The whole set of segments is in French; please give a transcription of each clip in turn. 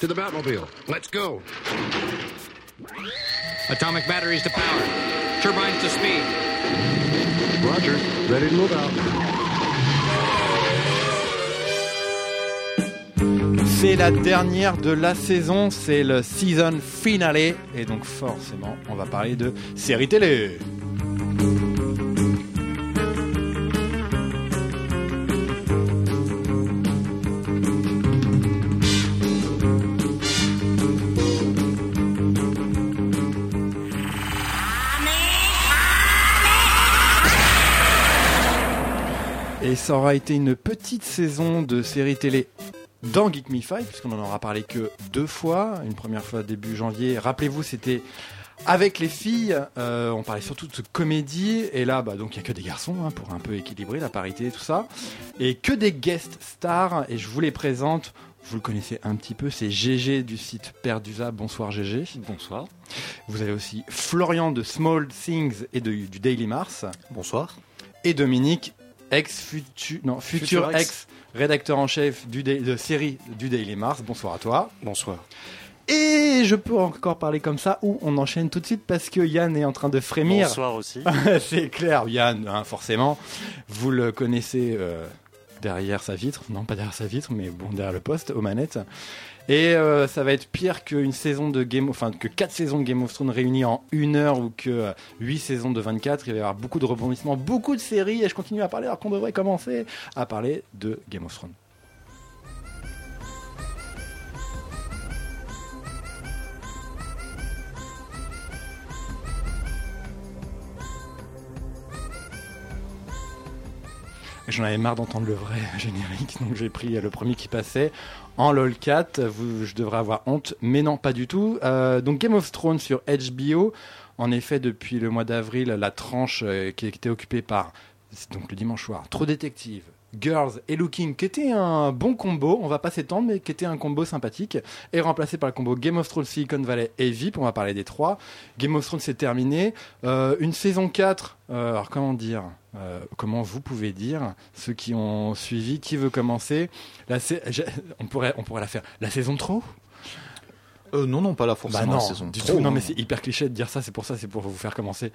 To the Batmobile. Let's go. Atomic batteries to power. Turbines to speed. Roger. Ready to move out. C'est la dernière de la saison, c'est le season finale. Et donc forcément, on va parler de séries télé. Et ça aura été une petite saison de séries télé dans Geek Me 5, puisqu'on en aura parlé que 2 fois. Une première fois début janvier. Rappelez-vous, c'était avec les filles. On parlait surtout de comédie. Et là, donc il n'y a que des garçons pour un peu équilibrer la parité et tout ça. Et que des guest stars. Et je vous les présente. Vous le connaissez un petit peu, c'est GG du site Perdusa. Bonsoir GG. Bonsoir. Vous avez aussi Florian de Small Things et du Daily Mars. Bonsoir. Et Dominique, futur ex rédacteur en chef de série du Daily Mars. Bonsoir à toi. Bonsoir. Et je peux encore parler comme ça ou on enchaîne tout de suite parce que Yann est en train de frémir. Bonsoir aussi. C'est clair, Yann, forcément. Vous le connaissez derrière sa vitre. Non, pas derrière sa vitre, mais bon, derrière le poste, aux manettes. Et ça va être pire qu'une saison de que 4 saisons de Game of Thrones réunies en 1 heure ou que 8 saisons de 24. Il va y avoir beaucoup de rebondissements, beaucoup de séries et je continue à parler alors qu'on devrait commencer à parler de Game of Thrones. J'en avais marre d'entendre le vrai générique, donc j'ai pris le premier qui passait. En LOL4, je devrais avoir honte, mais non, pas du tout. Donc Game of Thrones sur HBO. En effet, depuis le mois d'avril, la tranche qui était occupée par, donc le dimanche soir, True Detective, Girls et Looking, qui était un bon combo, on va pas s'étendre, mais qui était un combo sympathique, est remplacé par le combo Game of Thrones, Silicon Valley et VIP. On va parler des 3. Game of Thrones, c'est terminé. Une saison 4, alors comment dire comment vous pouvez dire, ceux qui ont suivi, qui veut commencer on pourrait la faire. La saison trop Non, pas là forcément. Non, la saison du trop, tout. Non, mais c'est hyper cliché de dire ça, c'est pour vous faire commencer.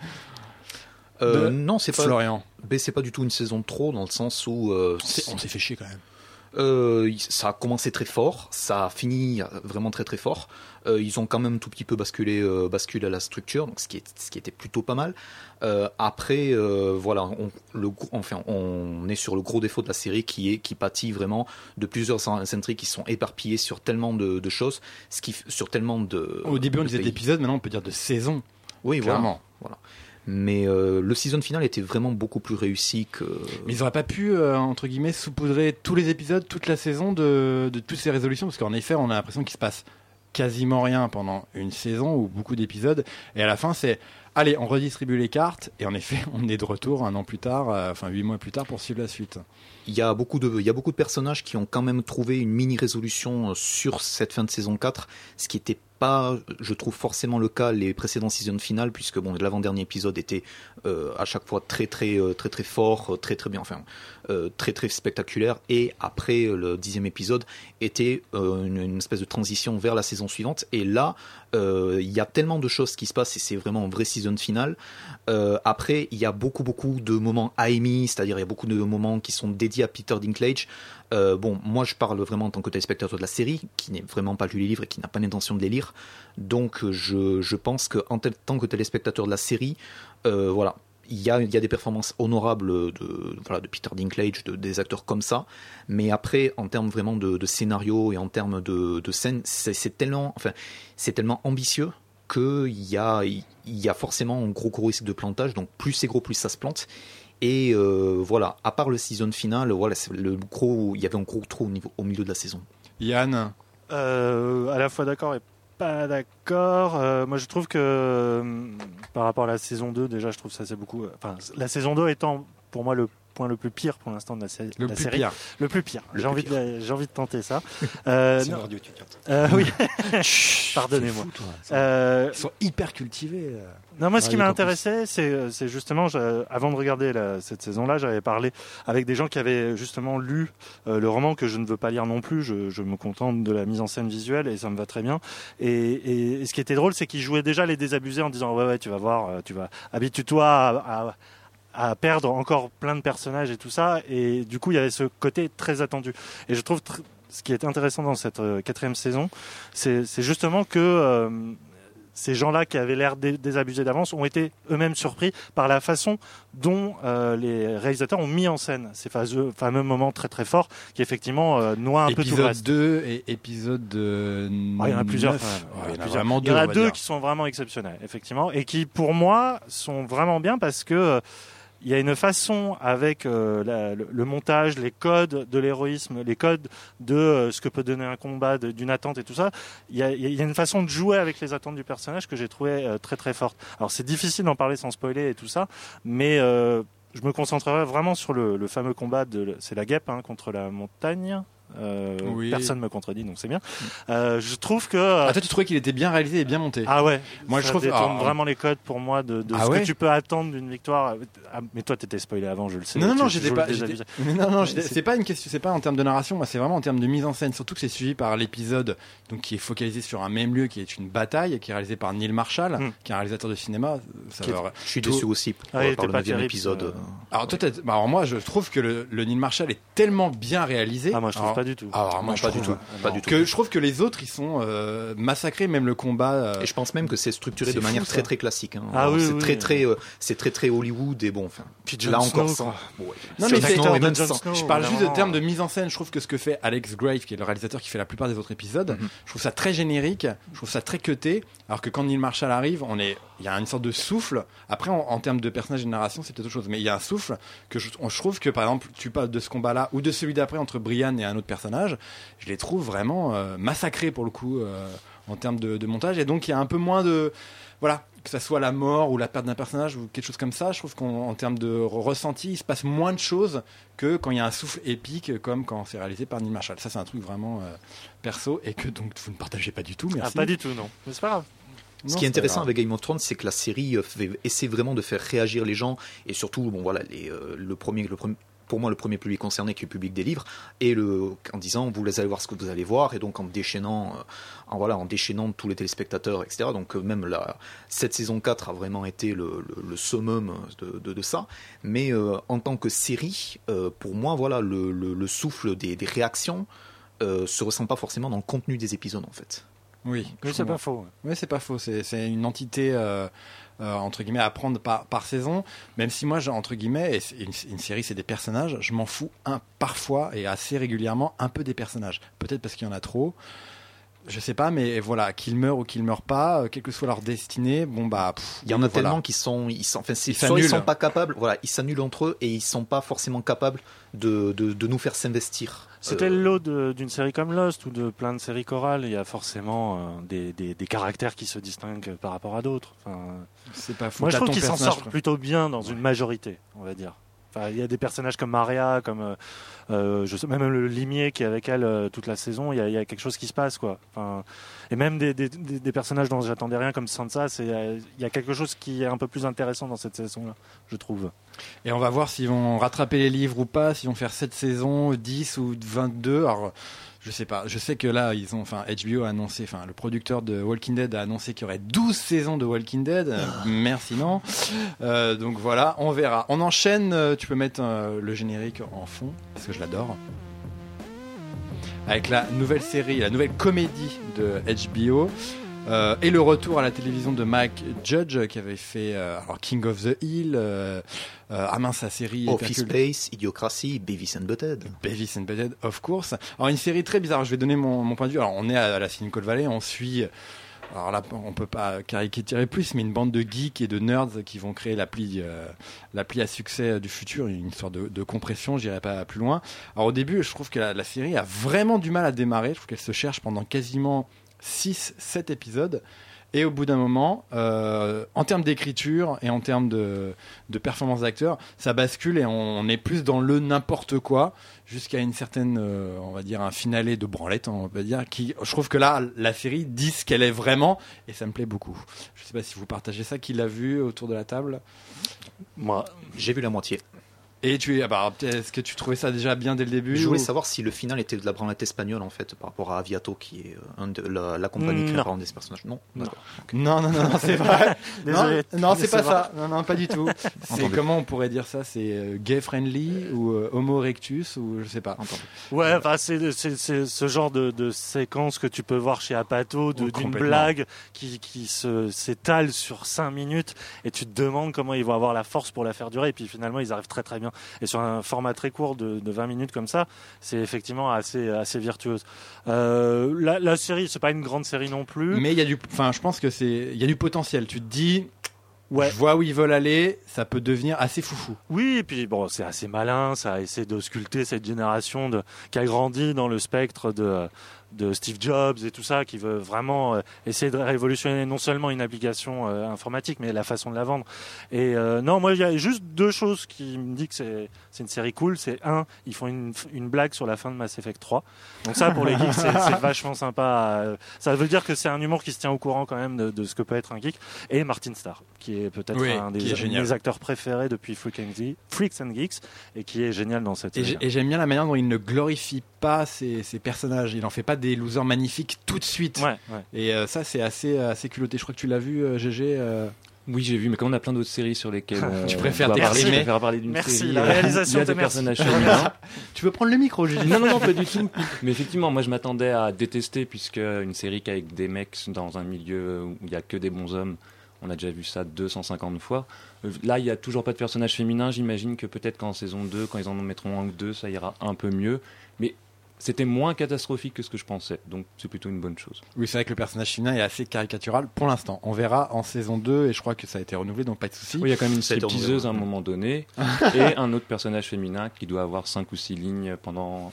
Non, c'est pas. Florian. Mais c'est pas du tout une saison trop dans le sens où. On s'est fait chier quand même. Ça a commencé très fort, ça a fini vraiment très très fort. Ils ont quand même tout petit peu basculé à la structure, donc ce qui était plutôt pas mal. Après, voilà, on est sur le gros défaut de la série qui pâtit vraiment de plusieurs intrigues qui sont éparpillées sur tellement de choses, sur tellement de. Au début, on de disait pays. d'épisodes, maintenant on peut dire de saison. Oui, clairement. Voilà. Mais le season final était vraiment beaucoup plus réussi que. Mais ils n'auraient pas pu, entre guillemets, saupoudrer tous les épisodes, toute la saison de toutes ces résolutions, parce qu'en effet, on a l'impression qu'il se passe quasiment rien pendant une saison ou beaucoup d'épisodes, et à la fin, c'est allez, on redistribue les cartes, et en effet, on est de retour 1 an plus tard, 8 mois plus tard pour suivre la suite. Il y a beaucoup de personnages qui ont quand même trouvé une mini-résolution sur cette fin de saison 4, ce qui n'était pas, je trouve, forcément le cas les précédents seasons finales, puisque l'avant-dernier épisode était à chaque fois très fort, très bien, très spectaculaire, et après le 10e épisode était une espèce de transition vers la saison suivante, et là il y a tellement de choses qui se passent et c'est vraiment un vrai season final. Après il y a beaucoup de moments Amy, c'est-à-dire il y a beaucoup de moments qui sont dédiés à Peter Dinklage. Moi je parle vraiment en tant que téléspectateur de la série qui n'est vraiment pas lu les livres et qui n'a pas l'intention de les lire, donc je pense qu'en tant que téléspectateur de la série, il y a des performances honorables de Peter Dinklage, des acteurs comme ça, mais après en termes vraiment de scénario et en termes de scène, c'est tellement ambitieux qu'il y a forcément un gros risque de plantage, donc plus c'est gros, plus ça se plante. Et à part le season final, il y avait un gros trou au milieu de la saison. Yann, à la fois d'accord et pas d'accord. Moi je trouve que par rapport à la saison 2, déjà je trouve ça c'est beaucoup. La saison 2 étant pour moi le point le plus pire pour l'instant de la série. Le plus pire. Le plus pire. J'ai envie de tenter ça. C'est non. radio, tu captes. Oui. Pardonnez-moi. C'est fou, toi. Euh, Ils sont hyper cultivés. Non, moi, ce qui Radio m'a Campus. intéressé, c'est justement, avant de regarder cette saison-là, j'avais parlé avec des gens qui avaient justement lu le roman que je ne veux pas lire non plus. Je me contente de la mise en scène visuelle et ça me va très bien. Et ce qui était drôle, c'est qu'ils jouaient déjà les désabusés en disant ouais, tu vas voir, habitue-toi à perdre encore plein de personnages et tout ça. Et du coup, il y avait ce côté très attendu. Et je trouve ce qui est intéressant dans cette 4e saison, c'est justement que ces gens-là qui avaient l'air désabusés d'avance ont été eux-mêmes surpris par la façon dont les réalisateurs ont mis en scène ces fameux moments très très forts qui effectivement noient un peu tout le Épisode reste. 2 et épisode Il y en a plusieurs. 9. Il y en a vraiment Il y en a deux, on va deux dire. qui sont vraiment exceptionnels, effectivement, et qui pour moi sont vraiment bien parce que il y a une façon avec le montage, les codes de l'héroïsme, les codes de ce que peut donner un combat, d'une attente et tout ça. Il y a une façon de jouer avec les attentes du personnage que j'ai trouvé très très forte. Alors c'est difficile d'en parler sans spoiler et tout ça, mais je me concentrerai vraiment sur le fameux combat c'est la guêpe contre la montagne. Oui. Personne me contredit, donc c'est bien. Je trouve que Ah, toi, tu trouvais qu'il était bien réalisé et bien monté. ah ouais, Moi, ça je trouve détourne vraiment les codes pour moi de Ah ce ouais que tu peux attendre d'une victoire. Ah, mais toi, t'étais spoilé avant, je le sais. Non, Tu j'étais joues pas. le désabusé. Mais non, c'est pas une question. C'est pas en termes de narration. Moi, c'est vraiment en termes de mise en scène. Surtout que c'est suivi par l'épisode, donc qui est focalisé sur un même lieu, qui est une bataille, qui est réalisé par Neil Marshall, qui est un réalisateur de cinéma. Je suis déçu aussi Ah, il était par le pas 9e terrible, épisode. Alors toi, alors moi, je trouve que le Neil Marshall est tellement bien réalisé. Ah, moi, je trouve pas du tout. Alors moi, Non, je pas trouve du tout. Pas du tout. que je trouve que les autres, ils sont massacrés, même le combat. Et je pense même que c'est structuré c'est de manière fou, très ça. très classique. Ah Alors, oui, c'est oui, très très Hollywood et bon. Enfin, Puis là Jon encore Snow, sans. quoi. Ouais. Non, Jon mais Snow, c'est- et même Jon sans- Snow. Je parle juste de vraiment. termes de mise en scène. Je trouve que ce que fait Alex Grave, qui est le réalisateur qui fait la plupart des autres épisodes, je trouve ça très générique, je trouve ça très cuté. Alors que quand Neil Marshall arrive, il y a une sorte de souffle. Après, en termes de personnage et de narration, c'est peut-être autre chose. Mais il y a un souffle que je trouve que, par exemple, tu parles de ce combat-là ou de celui d'après entre Brian et un autre personnage, je les trouve vraiment massacrés pour le coup en termes de montage. Et donc, il y a un peu moins de. Voilà, que ça soit la mort ou la perte d'un personnage ou quelque chose comme ça, je trouve qu'en termes de ressenti, il se passe moins de choses que quand il y a un souffle épique comme quand c'est réalisé par Neil Marshall. Ça, c'est un truc vraiment perso et que donc vous ne partagez pas du tout. Ah, Merci. pas du tout, non. Mais c'est pas grave. Ce Non, qui est c'est pas intéressant grave. avec Game of Thrones, c'est que la série essaie vraiment de faire réagir les gens et surtout, bon voilà, pour moi, le premier public concerné qui est le public des livres, et en disant vous allez voir ce que vous allez voir, et donc en déchaînant tous les téléspectateurs, etc. Donc même cette saison 4 a vraiment été le summum de ça. Mais en tant que série, pour moi, voilà, le souffle des réactions se ressent pas forcément dans le contenu des épisodes en fait. Oui, Mais c'est pas faux. Oui, c'est pas faux. C'est une entité entre guillemets à prendre par saison. Même si moi, entre guillemets, et une série, c'est des personnages. Je m'en fous parfois et assez régulièrement un peu des personnages. Peut-être parce qu'il y en a trop. Je sais pas, mais voilà, qu'ils meurent ou qu'ils meurent pas, quelle que soit leur destinée, bon bah. Il y en a voilà. tellement qui sont, soit ils s'annulent. sont pas capables, voilà, ils s'annulent entre eux et ils sont pas forcément capables de nous faire s'investir. C'était le lot d'une série comme Lost ou de plein de séries chorales. Il y a forcément des caractères qui se distinguent par rapport à d'autres. Enfin, C'est pas fou. moi, je T'as trouve ton qu'ils s'en personnage, sortent plutôt bien dans une majorité, on va dire. Enfin, il y a des personnages comme Maria, comme je sais, même le limier qui est avec elle toute la saison. Il y a quelque chose qui se passe, quoi. Enfin, et même des personnages dont j'attendais rien comme Sansa. Il y a quelque chose qui est un peu plus intéressant dans cette saison-là, je trouve. Et on va voir s'ils vont rattraper les livres ou pas, s'ils vont faire 7 saisons, 10 ou 22. Alors, je sais pas. Je sais que là, HBO a annoncé, le producteur de Walking Dead a annoncé qu'il y aurait 12 saisons de Walking Dead. Merci, non. Donc voilà, on verra. On enchaîne. Tu peux mettre le générique en fond, parce que je l'adore. Avec la nouvelle série, la nouvelle comédie de HBO. Et le retour à la télévision de Mike Judge qui avait fait King of the Hill, sa série Office Space, Idiocratie, Beavis and Butthead. Beavis and Butthead, of course. Alors une série très bizarre, je vais donner mon point de vue. Alors on est à la Silicon Valley, on suit, alors là on peut pas caricaturer plus, mais une bande de geeks et de nerds qui vont créer l'appli à succès du futur, une sorte de compression, j'irai pas plus loin. Alors au début je trouve que la série a vraiment du mal à démarrer, je trouve qu'elle se cherche pendant quasiment 6-7 épisodes Et au bout d'un moment, en termes d'écriture et en termes de performance d'acteur, ça bascule et on est plus dans le n'importe quoi jusqu'à une certaine, on va dire, un finalé de branlette, on va dire, qui, je trouve que là, la série dit ce qu'elle est vraiment et ça me plaît beaucoup. Je sais pas si vous partagez ça, qui l'a vu autour de la table. Moi, J'ai vu la moitié. Et est-ce que tu trouvais ça déjà bien dès le début Je voulais ou... savoir si le final était de la branlette espagnole en fait par rapport à Aviato qui est la compagnie créée par un des personnages. Non, d'accord. Non, c'est vrai. Désolé. Non, c'est pas Décevoir. ça. Non, pas du tout. C'est comment on pourrait dire ça? C'est gay friendly ou homo erectus ou je sais pas. Entendu. Ouais, enfin, c'est ce genre de séquence que tu peux voir chez Apato, d'une complètement. blague qui s'étale sur 5 minutes et tu te demandes comment ils vont avoir la force pour la faire durer et puis finalement ils arrivent très très bien. Et sur un format très court de 20 minutes comme ça, c'est effectivement assez virtuose. La série, c'est pas une grande série non plus. Mais je pense que il y a du potentiel. Tu te dis, Ouais. je vois où ils veulent aller, ça peut devenir assez foufou. Oui, et puis bon, c'est assez malin, ça essaie de sculpter cette génération qui a grandi dans le spectre de Steve Jobs et tout ça, qui veut vraiment essayer de révolutionner non seulement une application informatique, mais la façon de la vendre. Et non, moi, il y a juste 2 choses qui me disent que c'est une série cool. C'est ils font une blague sur la fin de Mass Effect 3. Donc ça, pour les geeks, c'est vachement sympa. Ça veut dire que c'est un humour qui se tient au courant quand même de ce que peut être un geek. Et Martin Starr, qui est peut-être un des acteurs préférés depuis Freaks and Geeks, et qui est génial dans cette série. Et j'aime bien la manière dont il ne glorifie pas ces personnages. Il en fait pas des losers magnifiques tout de suite. Ouais. Et ça, c'est assez culotté. Je crois que tu l'as vu, GG. Oui, j'ai vu, mais comme on a plein d'autres séries sur lesquelles Tu préfères on va parler, je t'exprimer. préfère parler d'une Merci, série. la réalisation il y a te des merci. personnages féminins. Tu veux prendre le micro, GG? Non, pas du tout. Mais effectivement, moi je m'attendais à détester, puisque une série qu'avec des mecs dans un milieu où il n'y a que des bons hommes, on a déjà vu ça 250 fois. Là, il n'y a toujours pas de personnage féminin. J'imagine que peut-être qu'en saison 2, quand ils en mettront 1 ou 2, ça ira un peu mieux. Mais c'était moins catastrophique que ce que je pensais. Donc c'est plutôt une bonne chose. Oui, c'est vrai que le personnage féminin est assez caricatural pour l'instant. On verra en saison 2 et je crois que ça a été renouvelé, donc pas de souci. Oui, il y a quand même une Ça a été stripteaseuse à un renouvelé. moment donné et un autre personnage féminin qui doit avoir 5 ou 6 lignes pendant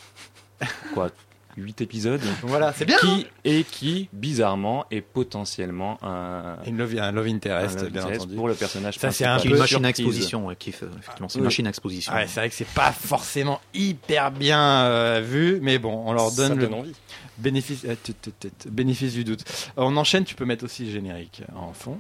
8 épisodes. Voilà, c'est bien. Qui, bizarrement, est potentiellement un Love interest, love bien interest entendu. pour le personnage Ça, c'est principal. un Qui est peu une machine à surprise. exposition, effectivement, c'est une Oui. machine à exposition. Ouais, c'est vrai que c'est pas forcément hyper bien vu, mais bon, on leur donne le envie. bénéfice du doute. On enchaîne, tu peux mettre aussi le générique en fond.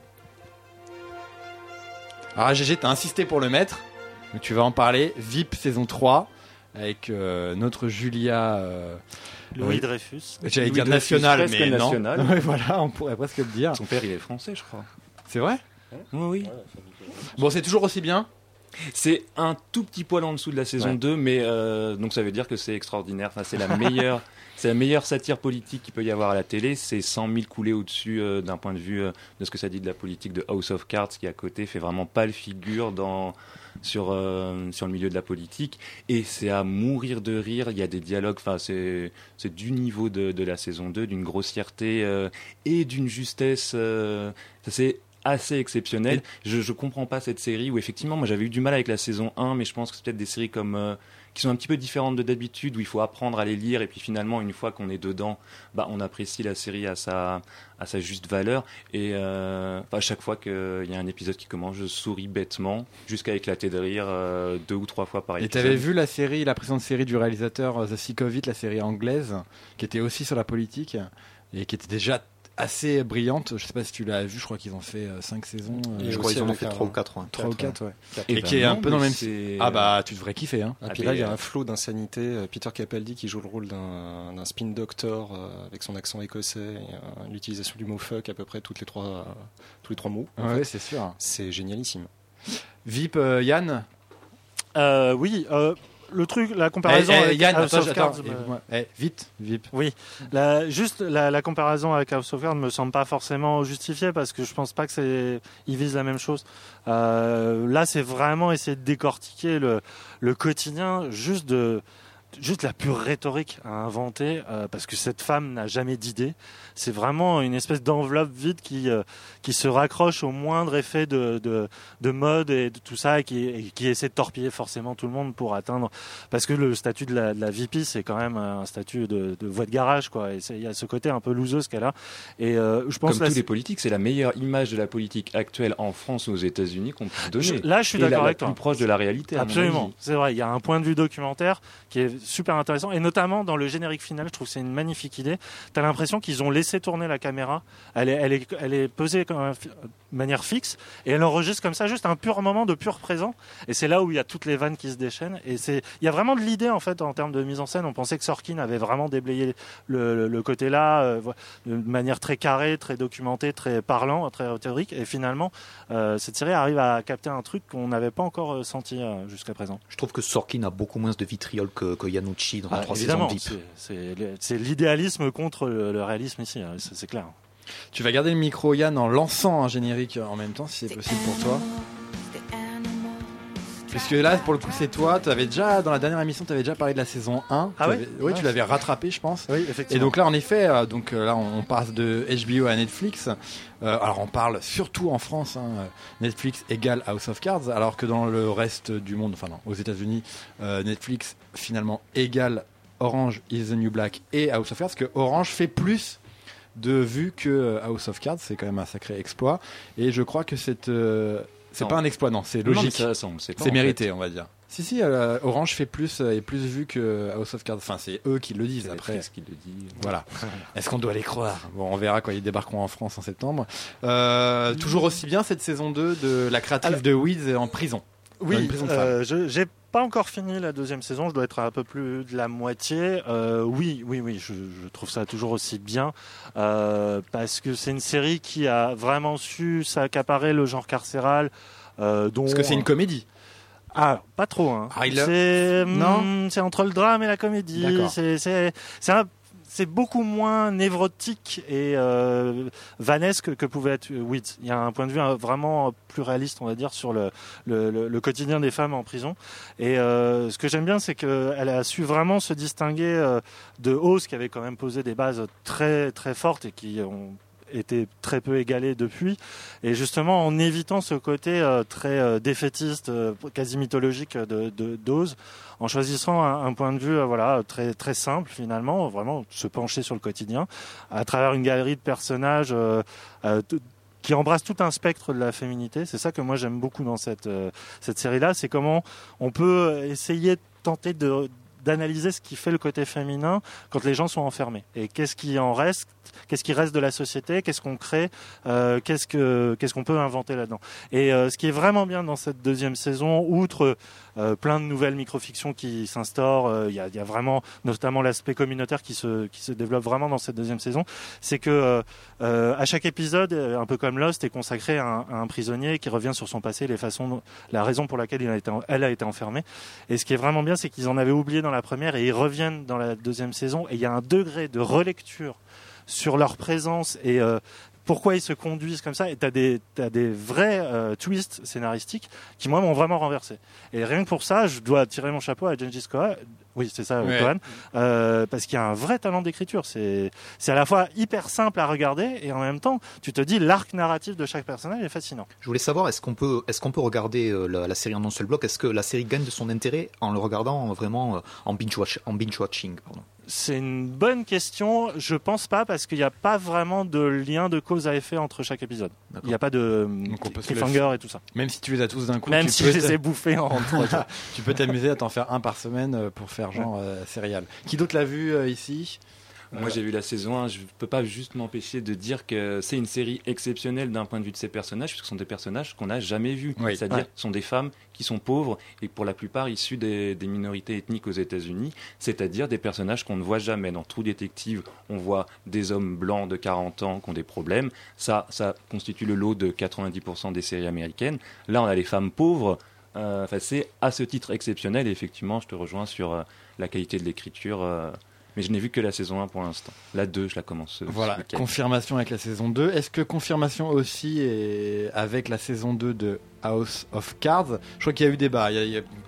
Alors GG, t'as insisté pour le mettre, mais tu vas en parler. VIP saison 3 avec notre Julia. Louis Dreyfus. J'allais Louis dire Dreyfus, national, presque mais non. national. Ouais, voilà, on pourrait presque le dire. Son père, il est français, je crois. C'est vrai? Oui. Bon, c'est toujours aussi bien. C'est un tout petit poil en dessous de la saison 2, mais donc ça veut dire que c'est extraordinaire. Enfin, c'est la meilleure satire politique qu'il peut y avoir à la télé. C'est 100 000 coulées au-dessus d'un point de vue de ce que ça dit de la politique de House of Cards, qui à côté fait vraiment pâle figure sur le milieu de la politique. Et c'est à mourir de rire. Il y a des dialogues. Enfin, c'est du niveau de la saison 2, d'une grossièreté et d'une justesse. C'est assez exceptionnel. Je comprends pas cette série où effectivement moi j'avais eu du mal avec la saison 1, mais je pense que c'est peut-être des séries comme qui sont un petit peu différentes de d'habitude, où il faut apprendre à les lire et puis finalement une fois qu'on est dedans, on apprécie la série à sa juste valeur. Et à chaque fois qu'il y a un épisode qui commence, je souris bêtement jusqu'à éclater de rire 2 ou 3 fois par Et épisode. t'avais vu la précédente série du réalisateur The Sick of It, la série anglaise, qui était aussi sur la politique et qui était déjà assez brillante. Je sais pas si tu l'as vu, je crois qu'ils ont fait 5 saisons. Je crois qu'ils en ont fait 3 ou 4. 3 ou 4, ouais. Et Et qui est un peu dans le même Ah bah, tu devrais kiffer, hein. Et puis là, il y a un flot d'insanité. Peter Capaldi qui joue le rôle d'un spin doctor avec son accent écossais et l'utilisation du mot fuck à peu près tous les trois mots. Ouais, c'est sûr. C'est génialissime. VIP, Yann. Oui, le truc, la comparaison avec Yann, House of Cards, vite, VIP. Oui, la comparaison avec House of Cards me semble pas forcément justifiée parce que je pense pas que ils visent la même chose. Là, c'est vraiment essayer de décortiquer le quotidien juste de juste la pure rhétorique à inventer, parce que cette femme n'a jamais d'idée. C'est vraiment une espèce d'enveloppe vide qui se raccroche au moindre effet de mode et de tout ça, et qui essaie de torpiller forcément tout le monde pour atteindre, parce que le statut de la VP, c'est quand même un statut de voix de garage, quoi. Et il y a ce côté un peu loseuse qu'elle a. Et je pense comme tous les politiques, c'est la meilleure image de la politique actuelle en France ou aux États-Unis qu'on peut donner. Là, je suis d'accord avec toi. Plus proche de la réalité. Absolument, c'est vrai. Il y a un point de vue documentaire qui est super intéressant, et notamment dans le générique final, je trouve que c'est une magnifique idée. T'as l'impression qu'ils ont laissé tourner la caméra. Elle est posée de manière fixe, et elle enregistre comme ça juste un pur moment de pur présent. Et c'est là où il y a toutes les vannes qui se déchaînent. Et il y a vraiment de l'idée en fait en termes de mise en scène. On pensait que Sorkin avait vraiment déblayé le côté là de manière très carrée, très documentée, très parlant, très théorique. Et finalement, cette série arrive à capter un truc qu'on n'avait pas encore senti jusqu'à présent. Je trouve que Sorkin a beaucoup moins de vitriol que Iannucci dans les 3 saisons évidemment, de VIP. c'est l'idéalisme contre le réalisme ici, c'est clair. Tu vas garder le micro, Yann, en lançant un générique en même temps, si c'est possible pour toi. Puisque là, pour le coup, c'est toi. Dans la dernière émission, tu avais déjà parlé de la saison 1. Ah oui, tu l'avais rattrapé, je pense. Oui, effectivement. Et donc là, en effet, là, on passe de HBO à Netflix. Alors, on parle surtout en France, Netflix égale House of Cards, alors que dans le reste du monde, enfin non, aux États-Unis, Netflix finalement égale Orange is the New Black et House of Cards, parce que Orange fait plus de vues que House of Cards. C'est quand même un sacré exploit. Et je crois que c'est pas un exploit, non, c'est logique. C'est mérité, on va dire. Si, Orange fait plus et plus vu que House of Cards. Enfin, c'est eux qui le disent après. Netflix qui le dit. Voilà. Est-ce qu'on doit les croire ? Bon, on verra quand ils débarqueront en France en septembre. Toujours aussi bien cette saison 2 de la créatrice de Weeds en prison. Oui, j'ai pas encore fini la deuxième saison, je dois être à un peu plus de la moitié. Oui, je trouve ça toujours aussi bien, parce que c'est une série qui a vraiment su s'accaparer le genre carcéral. Parce que c'est une comédie. Ah, pas trop. Hein. C'est entre le drame et la comédie. D'accord. C'est beaucoup moins névrotique et vanesque que pouvait être Weeds. Il y a un point de vue vraiment plus réaliste, on va dire, sur le quotidien des femmes en prison. Et ce que j'aime bien, c'est qu'elle a su vraiment se distinguer de Oz, qui avait quand même posé des bases très très fortes et qui ont été très peu égalées depuis, et justement en évitant ce côté très défaitiste, quasi mythologique d'Oz, en choisissant un point de vue très très simple finalement, vraiment se pencher sur le quotidien à travers une galerie de personnages qui embrasse tout un spectre de la féminité. C'est ça que moi j'aime beaucoup dans cette série-là, c'est comment on peut essayer de tenter d'analyser ce qui fait le côté féminin quand les gens sont enfermés, et qu'est-ce qui en reste, qu'est-ce qui reste de la société, qu'est-ce qu'on crée, qu'est-ce qu'on peut inventer là-dedans. Et ce qui est vraiment bien dans cette deuxième saison, outre plein de nouvelles micro-fictions qui s'instaurent, il y a vraiment notamment l'aspect communautaire qui se développe vraiment dans cette deuxième saison, c'est que à chaque épisode, un peu comme Lost, est consacré à un prisonnier qui revient sur son passé, la raison pour laquelle elle a été enfermée. Et ce qui est vraiment bien, c'est qu'ils en avaient oublié dans la première et ils reviennent dans la deuxième saison, et il y a un degré de relecture sur leur présence et pourquoi ils se conduisent comme ça, et t'as des vrais twists scénaristiques qui moi m'ont vraiment renversé. Et rien que pour ça, je dois tirer mon chapeau à Gengis Khan. Oui, c'est ça, Cohen, parce qu'il y a un vrai talent d'écriture. C'est à la fois hyper simple à regarder et en même temps, tu te dis l'arc narratif de chaque personnage est fascinant. Je voulais savoir, est-ce qu'on peut regarder la série en un seul bloc ? Est-ce que la série gagne de son intérêt en le regardant vraiment en binge-watching, pardon ? C'est une bonne question. Je pense pas, parce qu'il n'y a pas vraiment de lien de cause à effet entre chaque épisode. Il n'y a pas de cliffhanger et tout ça. Même si tu les as tous d'un coup. Même si je les ai bouffés en 3 jours. Tu peux t'amuser à t'en faire un par semaine pour faire genre céréales. Qui d'autre l'a vu ici ? Moi j'ai vu la saison 1, je peux pas juste m'empêcher de dire que c'est une série exceptionnelle d'un point de vue de ces personnages, puisque ce sont des personnages qu'on n'a jamais vus. Oui. C'est-à-dire ce sont des femmes qui sont pauvres et pour la plupart issues des minorités ethniques aux États-Unis, c'est-à-dire des personnages qu'on ne voit jamais. Dans True Detective, on voit des hommes blancs de 40 ans qui ont des problèmes. Ça constitue le lot de 90% des séries américaines. Là on a les femmes pauvres. C'est à ce titre exceptionnel, et effectivement je te rejoins sur la qualité de l'écriture. Mais je n'ai vu que la saison 1 pour l'instant. La 2, je la commence. Voilà, confirmation avec la saison 2. Est-ce que confirmation aussi avec la saison 2 de House of Cards ? Je crois qu'il y a eu débat. Je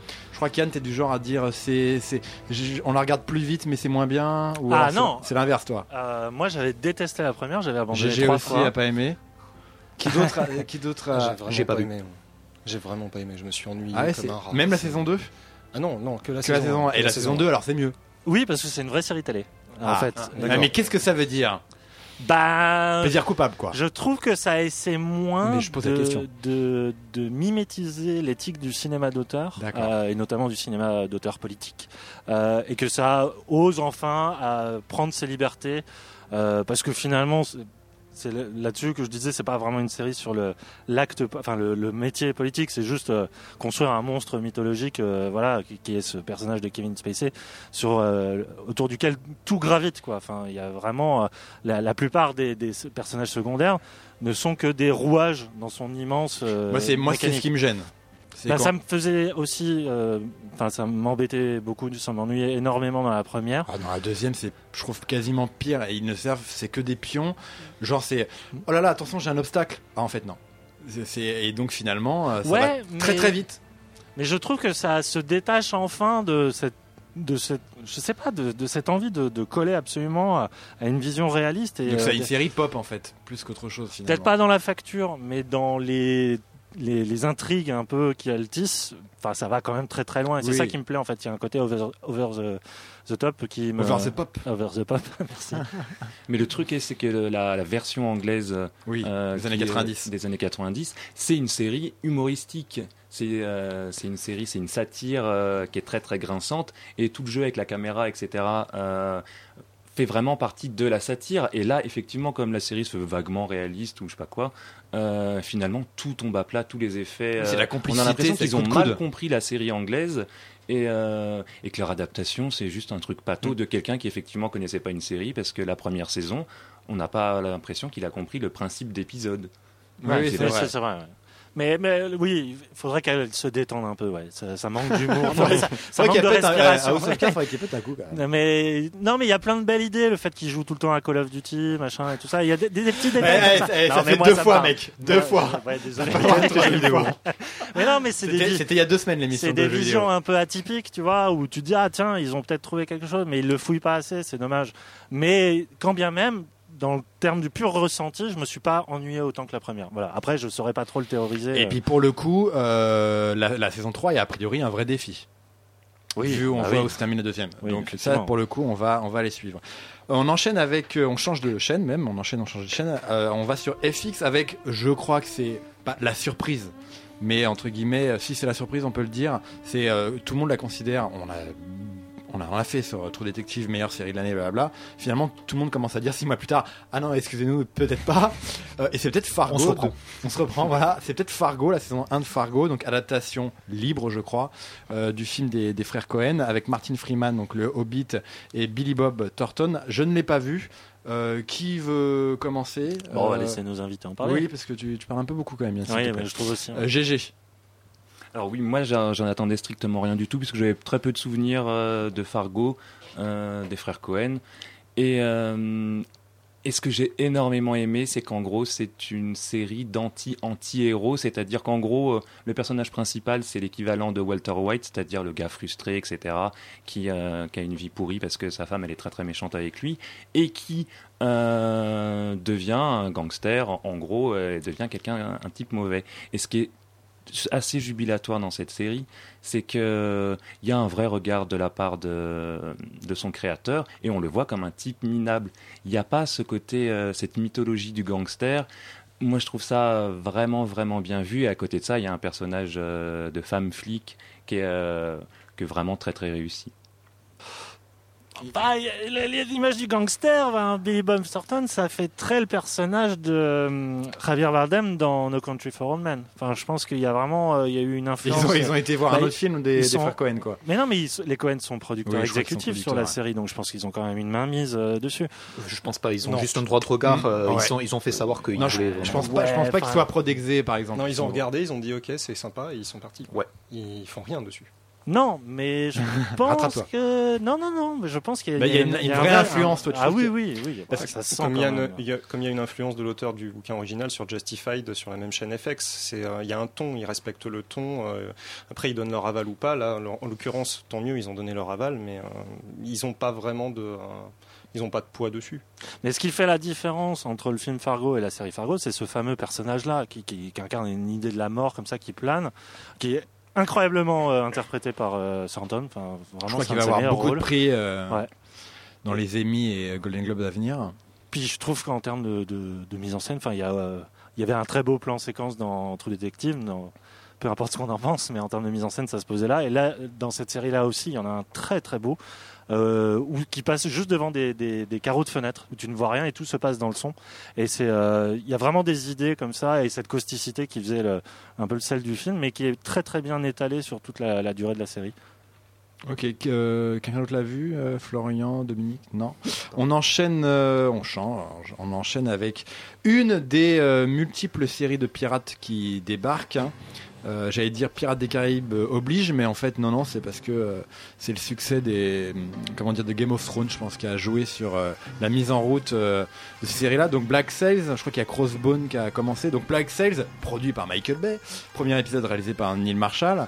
crois qu'Yann, t'es du genre à dire on la regarde plus vite, mais c'est moins bien. Ou alors non. C'est l'inverse, toi. Moi, j'avais détesté la première, j'avais abandonné GG 3 aussi fois. a pas aimé. Qui d'autre J'ai pas vu. aimé. J'ai vraiment pas aimé. Je me suis ennuyé Ah ouais, comme un rat. même la saison 2 Ah non, que la Que la saison 1. Et la saison 2, alors c'est mieux. Oui, parce que c'est une vraie série télé. En fait. Ah, mais qu'est-ce que ça veut dire Plaisir coupable, quoi. Je trouve que ça essaie moins Mais je pose la question. de mimétiser l'éthique du cinéma d'auteur, et notamment du cinéma d'auteur politique, et que ça ose enfin prendre ses libertés, parce que finalement c'est là-dessus que je disais, c'est pas vraiment une série sur le métier politique, c'est juste construire un monstre mythologique, qui est ce personnage de Kevin Spacey, autour duquel tout gravite, quoi. Enfin, il y a vraiment la plupart des personnages secondaires ne sont que des rouages dans son immense. Moi, c'est ce qui me gêne. Ça me faisait aussi, ça m'embêtait beaucoup, ça m'ennuyait énormément dans la première. Dans la deuxième, je trouve quasiment pire. Et ils ne servent, c'est que des pions. Genre, c'est oh là là, attention, j'ai un obstacle. En fait, non. Et donc finalement, ça va très très vite. Mais je trouve que ça se détache enfin de cette, je sais pas, de cette envie de coller absolument à une vision réaliste. Et donc c'est une série pop en fait, plus qu'autre chose finalement. Peut-être pas dans la facture, mais dans les intrigues un peu qui altissent, ça va quand même très très loin. Et c'est ça qui me plaît en fait. Il y a un côté over the top qui me. Over the pop. Over the pop. Merci. Mais le truc c'est que la version anglaise des années 90, c'est une série humoristique. C'est une série, c'est une satire qui est très très grinçante, et tout le jeu avec la caméra, etc. Fait vraiment partie de la satire. Et là, effectivement, comme la série se veut vaguement réaliste ou je sais pas quoi, finalement tout tombe à plat, tous les effets. C'est la complicité. On a l'impression qu'ils ont mal compris la série anglaise, et que leur adaptation, c'est juste un truc pâteau de quelqu'un qui effectivement connaissait pas une série, parce que la première saison, on n'a pas l'impression qu'il a compris le principe d'épisode. Oui, c'est vrai. Mais oui, il faudrait qu'elle se détende un peu, ça manque d'humour, ça manque de respiration. Il faudrait qu'il pète un coup, quand même. Mais il y a plein de belles idées, le fait qu'il joue tout le temps à Call of Duty, machin et tout ça. Il y a des petits détails. Ça fait 2 fois, mec. 2 fois. Ouais, désolé. Mais non, mais c'était il y a 2 semaines l'émission. C'est des visions un peu atypiques, tu vois, où tu te dis tiens, ils ont peut-être trouvé quelque chose, mais ils le fouillent pas assez, c'est dommage. Mais quand bien même, dans le terme du pur ressenti, je me suis pas ennuyé autant que la première. Voilà. Après, je saurais pas trop le théoriser. Et puis pour le coup, la saison 3 est a priori un vrai défi. Vu où on voit où se termine la deuxième. Donc ça, pour le coup, on va les suivre. On enchaîne avec, on change de chaîne même, on change de chaîne. On va sur FX avec, je crois que c'est pas la surprise, mais entre guillemets, si c'est la surprise, on peut le dire. C'est tout le monde la considère. On a fait sur True Detective, meilleure série de l'année, blablabla. Finalement, tout le monde commence à dire 6 mois plus tard, ah non, excusez-nous, peut-être pas. Et c'est peut-être Fargo. On se reprend, voilà. C'est peut-être Fargo, la saison 1 de Fargo, donc adaptation libre, je crois, du film des frères Cohen, avec Martin Freeman, donc le Hobbit, et Billy Bob Thornton. Je ne l'ai pas vu. Qui veut commencer? On va laisser nos invités en parler. Oui, parce que tu parles un peu beaucoup quand même. Oui, mais je trouve aussi. GG. Alors oui, moi j'en attendais strictement rien du tout, puisque j'avais très peu de souvenirs de Fargo, des frères Cohen. Et ce que j'ai énormément aimé, c'est qu'en gros c'est une série d'anti-héros, c'est-à-dire qu'en gros le personnage principal c'est l'équivalent de Walter White, c'est-à-dire le gars frustré, etc., qui a une vie pourrie parce que sa femme elle est très très méchante avec lui, et qui devient un gangster, en gros devient un type mauvais. Et ce qui est assez jubilatoire dans cette série, c'est que il y a un vrai regard de la part de son créateur, et on le voit comme un type minable. Il n'y a pas ce côté, cette mythologie du gangster. Moi, je trouve ça vraiment vraiment bien vu. Et à côté de ça, il y a un personnage de femme flic qui est vraiment très très réussi. L'image du gangster, Billy Bob Thornton, ça fait très le personnage de Javier Bardem dans No Country for Old Men. Enfin, je pense qu'il y a vraiment il y a eu une influence. Ils ont été voir un autre film des frères Cohen, quoi. Mais non, mais les Cohen sont producteurs exécutifs sur la série, donc je pense qu'ils ont quand même une mainmise dessus. Je pense pas, ils ont juste un droit de regard. Ils ont fait savoir qu'ils voulaient. Je pense pas qu'ils soient prodexés, par exemple. Non, ils ont regardé, ils ont dit ok, c'est sympa, et ils sont partis. Ouais. Ils font rien dessus. Non, mais je pense Rattrape-toi. que non, mais je pense qu'il y a, Il y a une vraie influence, toi, tu Ah trouves oui, que- oui. Parce que ça se sent Comme quand même. il y a une influence de l'auteur du bouquin original sur Justified sur la même chaîne FX, il y a un ton, ils respectent le ton. Après, ils donnent leur aval ou pas. Là, en l'occurrence, tant mieux, ils ont donné leur aval, mais ils n'ont pas vraiment ils n'ont pas de poids dessus. Mais ce qui fait la différence entre le film Fargo et la série Fargo, c'est ce fameux personnage-là qui incarne une idée de la mort comme ça qui plane, qui est incroyablement interprété par Thornton. Enfin, vraiment, Je crois c'est qu'il un va de ses avoir meilleurs beaucoup rôles. de prix Ouais. dans les Emmy et Golden Globes à venir. Puis je trouve qu'en termes de mise en scène, enfin, il y avait un très beau plan séquence dans True Detective. Peu importe ce qu'on en pense, mais en termes de mise en scène, ça se posait là. Et là, dans cette série-là aussi, il y en a un très très beau, qui passe juste devant des carreaux de fenêtre, où tu ne vois rien et tout se passe dans le son. Et il y a vraiment des idées comme ça, et cette causticité qui faisait un peu le sel du film, mais qui est très très bien étalée sur toute la durée de la série. Ok, quelqu'un d'autre l'a vu Florian, Dominique? Non. On enchaîne, on enchaîne avec une des multiples séries de pirates qui débarquent. Hein. J'allais dire Pirates des Caraïbes oblige, mais en fait non, c'est parce que c'est le succès de Game of Thrones, je pense, qui a joué sur la mise en route de cette série-là. Donc Black Sails, je crois qu'il y a Crossbone qui a commencé. Donc Black Sails, produit par Michael Bay, premier épisode réalisé par Neil Marshall.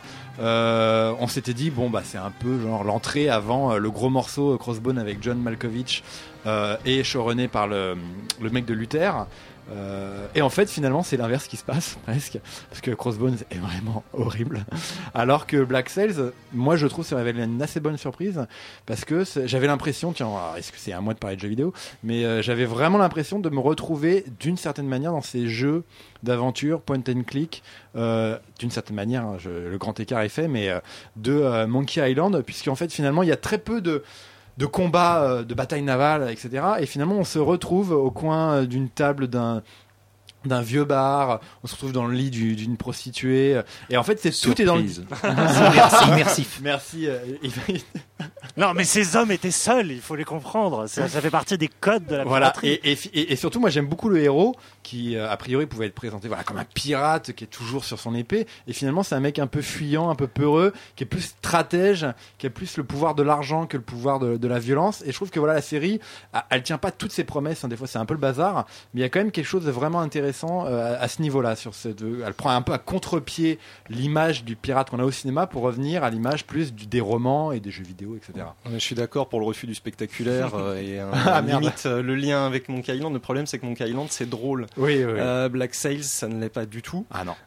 On s'était dit c'est un peu genre l'entrée avant le gros morceau Crossbone avec John Malkovich et showrunné par le mec de Luther. Et en fait finalement c'est l'inverse qui se passe presque, parce que Crossbones est vraiment horrible, alors que Black Sails, moi je trouve, se révèle une assez bonne surprise, parce que j'avais l'impression, est-ce que c'est à moi de parler de jeux vidéo, mais j'avais vraiment l'impression de me retrouver d'une certaine manière dans ces jeux d'aventure point and click, d'une certaine manière, le grand écart est fait, mais de Monkey Island, puisqu'en fait finalement il y a très peu de combats, de batailles navales, etc. Et finalement, on se retrouve au coin d'une table d'un vieux bar, on se retrouve dans le lit d'une prostituée, et en fait, tout est dans le... C'est immersif. Merci. Non, mais ces hommes étaient seuls, il faut les comprendre. Ça fait partie des codes de la Voilà, piraterie. et surtout, moi j'aime beaucoup le héros qui, a priori, pouvait être présenté comme un pirate qui est toujours sur son épée, et finalement, c'est un mec un peu fuyant, un peu peureux, qui est plus stratège, qui a plus le pouvoir de l'argent que le pouvoir de la violence. Et je trouve que la série, elle tient pas toutes ses promesses, hein, des fois c'est un peu le bazar, mais il y a quand même quelque chose de vraiment intéressant à ce niveau-là. Elle prend un peu à contre-pied l'image du pirate qu'on a au cinéma pour revenir à l'image plus des romans et des jeux vidéo, etc. Je suis d'accord pour le refus du spectaculaire et Merde. limite le lien avec Monkey Island. Le problème, c'est que Monkey Island, c'est drôle. Oui. Black Sails, ça ne l'est pas du tout. Ah non.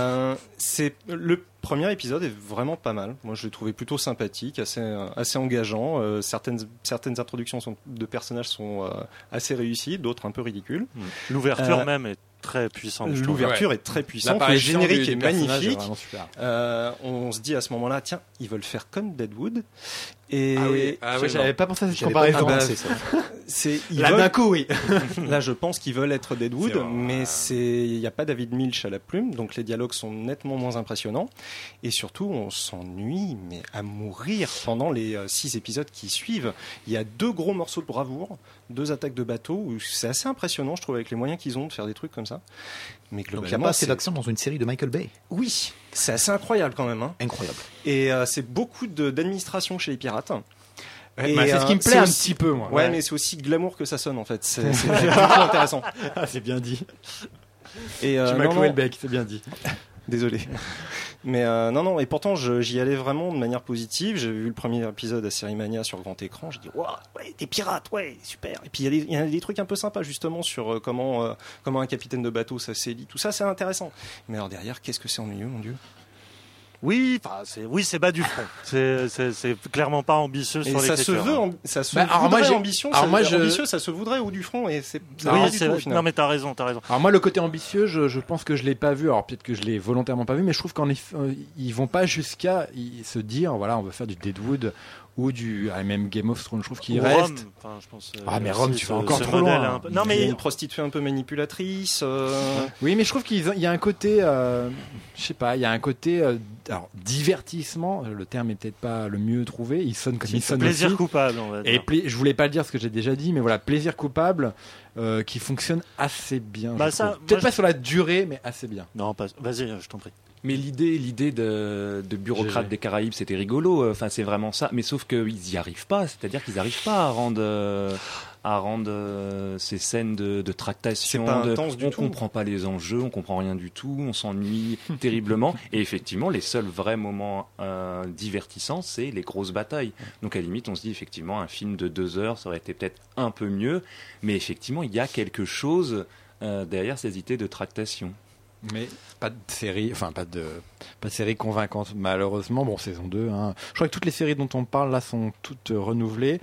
C'est le premier épisode est vraiment pas mal. Moi, je l'ai trouvé plutôt sympathique, assez engageant. Certaines introductions de personnages sont assez réussies, d'autres un peu ridicules. L'ouverture même est très puissante. je trouve. L'ouverture est très puissante. Le L'apparition générique du est personnage magnifique. vraiment super. On se dit à ce moment-là, tiens, ils veulent faire comme Deadwood. Et Ah oui, j'avais pas pensé à cette J'avais pas comparaison. pensé, ça. Là d'un coup, oui. Là, je pense qu'ils veulent être Deadwood, C'est vrai. mais il n'y a pas David Milch à la plume, donc les dialogues sont nettement moins impressionnants. Et surtout, on s'ennuie, mais à mourir pendant les 6 épisodes qui suivent. Il y a 2 gros morceaux de bravoure, 2 attaques de bateau, où c'est assez impressionnant, je trouve, avec les moyens qu'ils ont de faire des trucs comme ça. Mais Donc il n'y a globalement, pas assez d'action dans une série de Michael Bay. oui, c'est assez incroyable quand même. Hein. Incroyable. Et c'est beaucoup d'administration chez les pirates. Ouais, Et, c'est ce qui me c'est plaît un aussi- petit peu, moi. Ouais, mais c'est aussi glamour que ça sonne en fait. C'est plutôt intéressant. Ah, c'est bien dit. Et Tu m'as non, cloué non, le bec, c'est bien dit. désolé. Mais non, et pourtant j'y allais vraiment de manière positive. J'ai vu le premier épisode à Série Mania sur grand écran. J'ai dit, waouh, ouais, des pirates, ouais, super. Et puis il y a des trucs un peu sympas justement sur comment un capitaine de bateau ça s'élit. Tout ça, c'est intéressant. Mais alors derrière, qu'est-ce que c'est ennuyeux, mon Dieu. Oui, c'est bas du front. C'est clairement pas ambitieux Et sur ça se l'écriture. veut, ça se Bah, alors voudrait moi, j'ai- ambitieux, alors ça, moi, je- ambitieux, ça se voudrait au du front et c'est Oui, pas du c'est tout au vrai. final. Non mais t'as raison. Alors moi, le côté ambitieux, je pense que je l'ai pas vu. Alors peut-être que je l'ai volontairement pas vu, mais je trouve qu'en effet, ils vont pas jusqu'à se dire, voilà, on veut faire du Deadwood ou même Game of Thrones. Je trouve qu'il Ou reste. Rome, enfin, je pense, Ah, mais aussi, Rome, tu vas encore ce trop modèle loin. un peu- Non Il y a mais une prostituée un peu manipulatrice. Oui, mais je trouve qu'il y a un côté, je sais pas, il y a un côté, alors divertissement. Le terme est peut-être pas le mieux trouvé. Il sonne comme il sonne plaisir aussi. coupable, on va dire. Et je voulais pas le dire ce que j'ai déjà dit, mais voilà, plaisir coupable qui fonctionne assez bien. Bah je ça, trouve. Peut-être moi, pas sur la durée, mais assez bien. Non, pas. Vas-y, je t'en prie. Mais l'idée de bureaucrate des Caraïbes, c'était rigolo. Enfin, c'est vraiment ça. Mais sauf qu'ils n'y arrivent pas. C'est-à-dire qu'ils n'arrivent pas à rendre ces scènes de tractation. C'est pas intense du on tout. comprend pas les enjeux, on comprend rien du tout, on s'ennuie terriblement. Et effectivement, les seuls vrais moments divertissants, c'est les grosses batailles. Donc à la limite, on se dit effectivement, un film de 2 heures, ça aurait été peut-être un peu mieux. Mais effectivement, il y a quelque chose derrière ces idées de tractation. Mais pas de série, enfin pas de série convaincante malheureusement. Bon, saison 2, hein. Je crois que toutes les séries dont on parle là sont toutes renouvelées.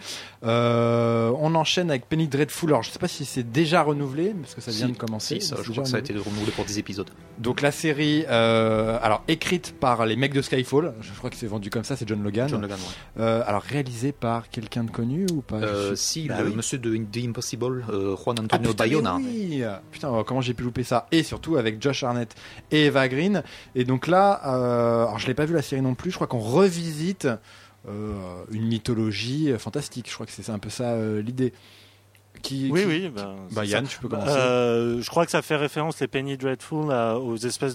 On enchaîne avec Penny Dreadful. Alors je sais pas si c'est déjà renouvelé parce que ça vient de commencer. Si, je crois que ça a été renouvelé pour 10 épisodes. Donc la série, alors écrite par les mecs de Skyfall, je crois que c'est vendu comme ça, c'est John Logan. Ouais. Alors réalisé par quelqu'un de connu ou pas? Si, le monsieur de The Impossible, Juan Antonio putain, Bayona. Oui. Putain, comment j'ai pu louper ça? Et surtout avec Josh Hartnett et Eva Green. Et donc là, alors je l'ai pas vu la série non plus. Je crois qu'on revisite une mythologie fantastique. Je crois que c'est un peu ça l'idée. Oui. Yann, tu peux commencer. Je crois que ça fait référence, les Penny Dreadful, aux espèces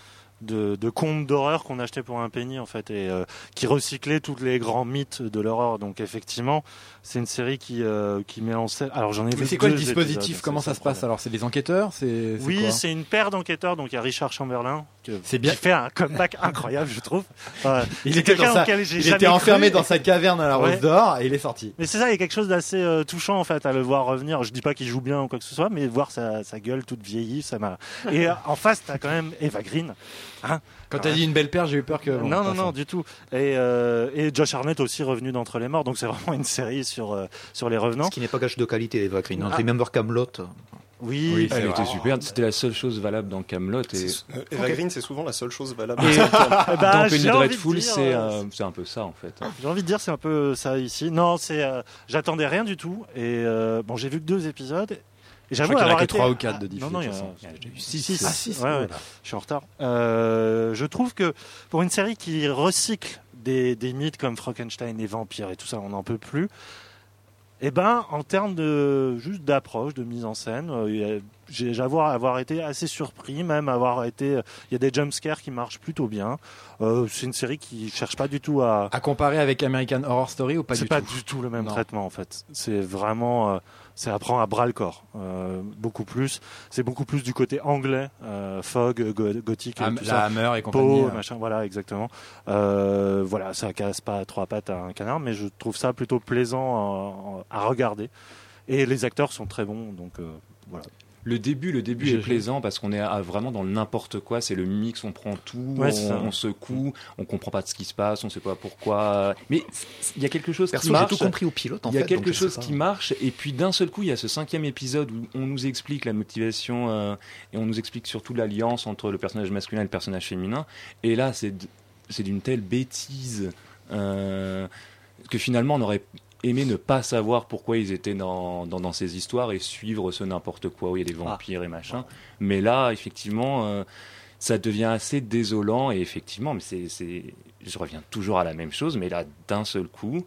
de contes d'horreur qu'on achetait pour un penny en fait, et qui recyclait tous les grands mythes de l'horreur. Donc effectivement, c'est une série qui met en scène. Alors j'en ai vu. Mais c'est quoi le 2 dispositif? épisodes, Comment ça se passe? Alors c'est des enquêteurs? Oui, quoi? c'est une paire d'enquêteurs. Donc il y a Richard Chamberlain qui bien. fait un comeback incroyable, je trouve. Il était enfermé dans sa caverne à la Rose d'Or et il est sorti. Mais c'est ça, il y a quelque chose d'assez touchant en fait à le voir revenir. Je dis pas qu'il joue bien ou quoi que ce soit, mais voir sa gueule toute vieillie, ça m'a. Et en face, t'as quand même Eva Green. Hein, quand t'as dit une belle paire, j'ai eu peur que. Bon, non, du tout. Et Josh Hartnett aussi revenu d'entre les morts. Donc c'est vraiment une série sur les revenants. Ce qui n'est pas gage de qualité, Eva Green. Remember Camelot. Oui, elle était super. C'était la seule chose valable dans Camelot. Eva Green, c'est souvent la seule chose valable. Dans Penny Dreadful, c'est un peu ça en fait. J'ai envie de dire c'est un peu ça ici. Non, j'attendais rien du tout. Et bon, j'ai vu que 2 épisodes. Et j'avoue qu'il y en a que 3 ou 4 de diffusion. Non, il y a eu 6. Ah, 6. Ouais. Je suis en retard. Je trouve que pour une série qui recycle des mythes comme Frankenstein et vampires et tout ça, on n'en peut plus. Eh ben, en termes juste d'approche, de mise en scène, j'ai avoir été assez surpris, même il y a des jumpscares qui marchent plutôt bien. C'est une série qui cherche pas du tout à comparer avec American Horror Story ou pas du tout. C'est pas du tout le même traitement en fait. C'est vraiment c'est à prendre à bras le corps. Beaucoup plus. C'est beaucoup plus du côté anglais, Fog, gothique, tout la ça. Hammer et compagnie. Machin, voilà, exactement. Voilà, ça casse pas 3 pattes à un canard, mais je trouve ça plutôt plaisant à regarder. Et les acteurs sont très bons, donc voilà. Le début est plaisant parce qu'on est vraiment dans le n'importe quoi. C'est le mix, on prend tout, on secoue, on comprend pas de ce qui se passe, on sait pas pourquoi. Mais il y a quelque chose qui marche. J'ai tout compris au pilote. Il y a quelque chose qui marche, et puis d'un seul coup, il y a ce 5e épisode où on nous explique la motivation et on nous explique surtout l'alliance entre le personnage masculin et le personnage féminin. Et là, c'est d'une telle bêtise que finalement, on aurait aimé ne pas savoir pourquoi ils étaient dans ces histoires et suivre ce n'importe quoi où il y a des vampires et machin. Mais là, effectivement, ça devient assez désolant, et effectivement, mais je reviens toujours à la même chose, mais là, d'un seul coup,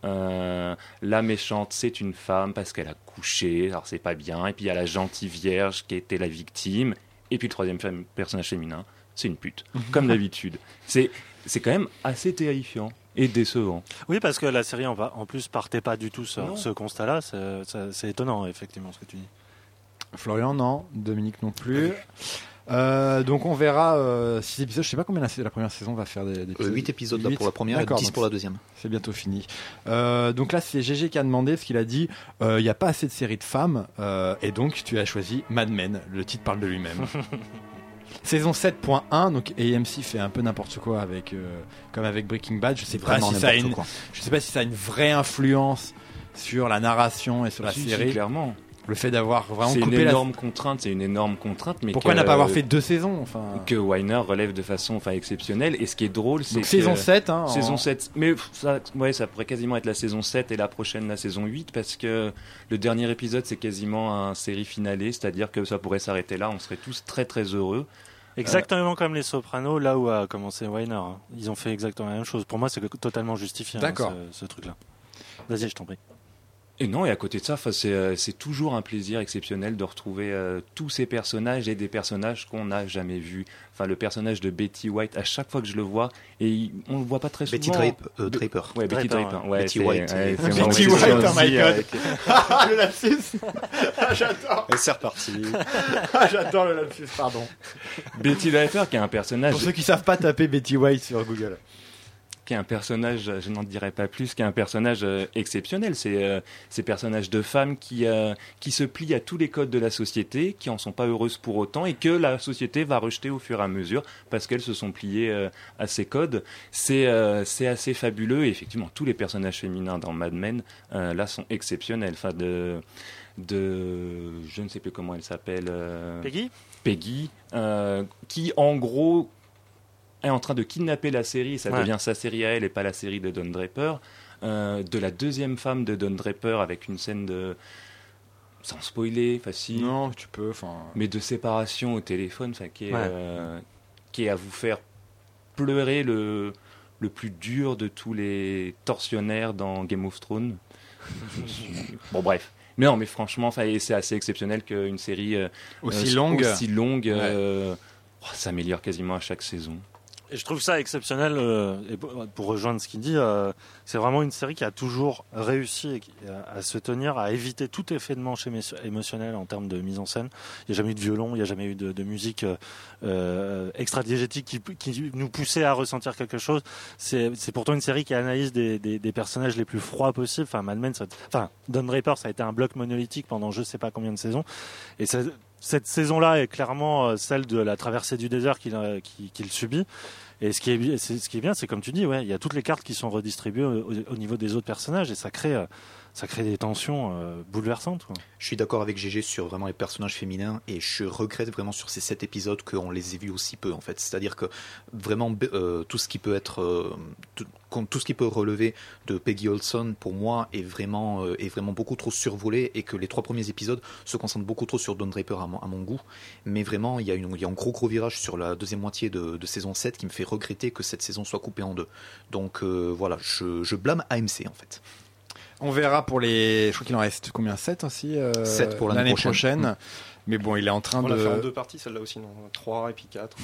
la méchante, c'est une femme parce qu'elle a couché, alors c'est pas bien, et puis il y a la gentille vierge qui était la victime, et puis le 3e personnage féminin, c'est une pute, comme d'habitude. C'est quand même assez terrifiant et décevant. Oui, parce que la série en plus partait pas du tout sur ce constat-là. C'est étonnant, effectivement, ce que tu dis. Florian, non. Dominique, non plus. Donc on verra 6 épisodes. Je sais pas combien la première saison va faire d'épisodes. 8 épisodes là pour la première et 10 pour la deuxième. C'est bientôt fini. Donc là c'est GG qui a demandé, parce qu'il a dit il n'y a pas assez de séries de femmes, et donc tu as choisi Mad Men. Le titre parle de lui-même. Saison 7.1, donc AMC fait un peu n'importe quoi comme avec Breaking Bad. Je sais pas si ça a une vraie influence sur la narration et sur la série. Clairement. Le fait d'avoir vraiment c'est coupé une énorme contrainte, mais pourquoi n'a pas avoir fait 2 saisons, que Weiner relève de façon exceptionnelle. Et ce qui est drôle, c'est donc, saison 7 saison 7, mais ça pourrait quasiment être la saison 7 et la prochaine la saison 8, parce que le dernier épisode c'est quasiment un série finale, c'est-à-dire que ça pourrait s'arrêter là, on serait tous très très heureux. Exactement comme les Sopranos, là où a commencé Weiner. Ils ont fait exactement la même chose. Pour moi, c'est totalement justifié, ce truc-là. Vas-y, je t'en prie. Et non, et à côté de ça, c'est toujours un plaisir exceptionnel de retrouver tous ces personnages et des personnages qu'on n'a jamais vus. Enfin, le personnage de Betty White, à chaque fois que je le vois, et on le voit pas très souvent. Betty Draper. Ouais, Betty Draper. Ouais, Betty White. Betty White, oh my god. Le lapsus. J'adore. Et c'est reparti. J'adore le lapsus, pardon. Betty Draper, qui est un personnage. Pour ceux qui savent pas taper Betty White sur Google. Qui est un personnage, je n'en dirai pas plus, qui est un personnage exceptionnel. C'est ces personnages de femmes qui se plient à tous les codes de la société, qui en sont pas heureuses pour autant, et que la société va rejeter au fur et à mesure parce qu'elles se sont pliées à ces codes. C'est assez fabuleux. Et effectivement, tous les personnages féminins dans Mad Men là sont exceptionnels. Enfin, de je ne sais plus comment elle s'appelle. Peggy, qui en gros est en train de kidnapper la série, ça devient sa série à elle et pas la série de Don Draper, de la deuxième femme de Don Draper avec une scène de, sans spoiler, facile. Non, tu peux, mais de séparation au téléphone, qui est à vous faire pleurer le plus dur de tous les tortionnaires dans Game of Thrones. Bon, bref. Mais non, mais franchement, c'est assez exceptionnel qu'une série aussi longue s'améliore quasiment à chaque saison. Et je trouve ça exceptionnel, et pour rejoindre ce qu'il dit, c'est vraiment une série qui a toujours réussi à se tenir, à éviter tout effet de manche émotionnel en termes de mise en scène. Il n'y a jamais eu de violon, il n'y a jamais eu de musique extra-diégétique qui nous poussait à ressentir quelque chose. C'est pourtant une série qui analyse des personnages les plus froids possibles. Enfin, Mad Men, Don Draper, ça a été un bloc monolithique pendant je ne sais pas combien de saisons. Et cette saison-là est clairement celle de la traversée du désert qu'il subit. Et ce qui est bien, c'est comme tu dis, il y a toutes les cartes qui sont redistribuées au niveau des autres personnages et ça crée des tensions bouleversantes. Je suis d'accord avec GG sur vraiment les personnages féminins et je regrette vraiment sur ces 7 épisodes qu'on les ait vus aussi peu en fait. C'est-à-dire que vraiment tout ce qui peut être tout ce qui peut relever de Peggy Olson pour moi est vraiment beaucoup trop survolé et que les 3 premiers épisodes se concentrent beaucoup trop sur Don Draper à mon goût. Mais vraiment il y a un gros virage sur la deuxième moitié de saison 7 qui me fait regretter que cette saison soit coupée en 2. Donc voilà, je blâme AMC en fait. On verra pour les... Je crois qu'il en reste combien, 7 aussi 7 pour l'année prochaine. Mais bon, il est en train on de... l'a fait en 2 parties, celle-là aussi, non 3 et puis 4.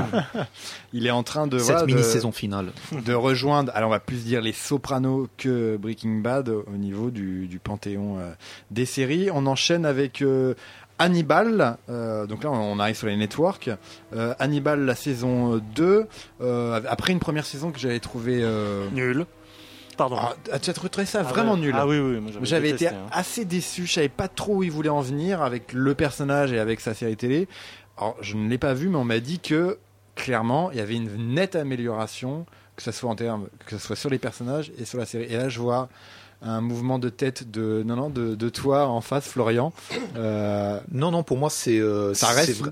Il est en train de... Cette mini-saison finale. De rejoindre, alors on va plus dire les Sopranos que Breaking Bad au niveau du panthéon des séries. On enchaîne avec... Hannibal, donc là on arrive sur les networks. Hannibal, la saison 2, après une première saison que j'avais trouvé... Nul. Pardon. Tu as trouvé ça vraiment nul. Ah oui, moi, j'avais été assez déçu, je savais pas trop où il voulait en venir avec le personnage et avec sa série télé. Alors je ne l'ai pas vu, mais on m'a dit que clairement il y avait une nette amélioration, que ce soit sur les personnages et sur la série. Et là je vois un mouvement de tête de toi en face, Florian. Non, pour moi ça reste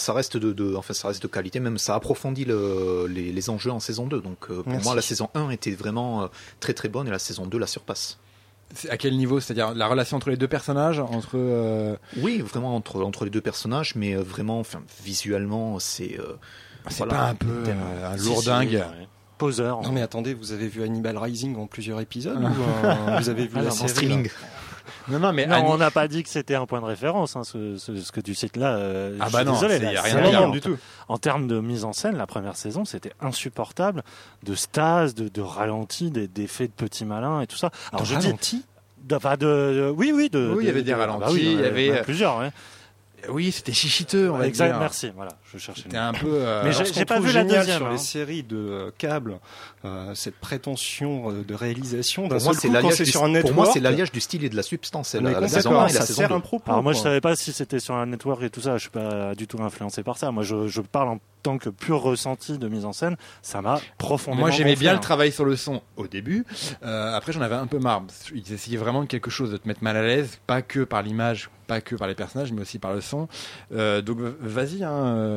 de qualité, même ça approfondit les enjeux en saison 2. Donc pour moi la saison 1 était vraiment très très bonne et la saison 2 la surpasse. C'est à quel niveau? C'est-à-dire la relation entre les deux personnages, Oui, vraiment entre les deux personnages, mais vraiment, visuellement, c'est pas un peu un lourdingue. Poseur. Non mais attendez, vous avez vu Hannibal Rising en plusieurs épisodes ou vous avez vu la série streaming? Non, mais on n'a pas dit que c'était un point de référence, ce que tu cites là. Désolé, il n'y a rien à dire du tout. En termes de mise en scène, la première saison, c'était insupportable, de stase, de ralenti, d'effets de petits malins et tout ça. Alors je dis, oui, il y avait des ralentis, il y avait plusieurs. Ouais. Oui, c'était chichiteux, on va dire. Merci. Voilà, je cherchais. C'était un peu. Mais j'ai pas vu la deuxième. Sur les séries de câbles, cette prétention de réalisation. Pour moi, c'est l'alliage du style et de la substance. La saison 1 et la saison 2. Alors moi, je savais pas si c'était sur un network et tout ça. Je suis pas du tout influencé par ça. Moi, je parle en tant que pur ressenti de mise en scène. Ça m'a profondément. Moi, j'aimais bien le travail sur le son au début. Après, j'en avais un peu marre. Ils essayaient vraiment de quelque chose, de te mettre mal à l'aise, pas que par l'image, pas que par les personnages, mais aussi par le son. Donc vas-y,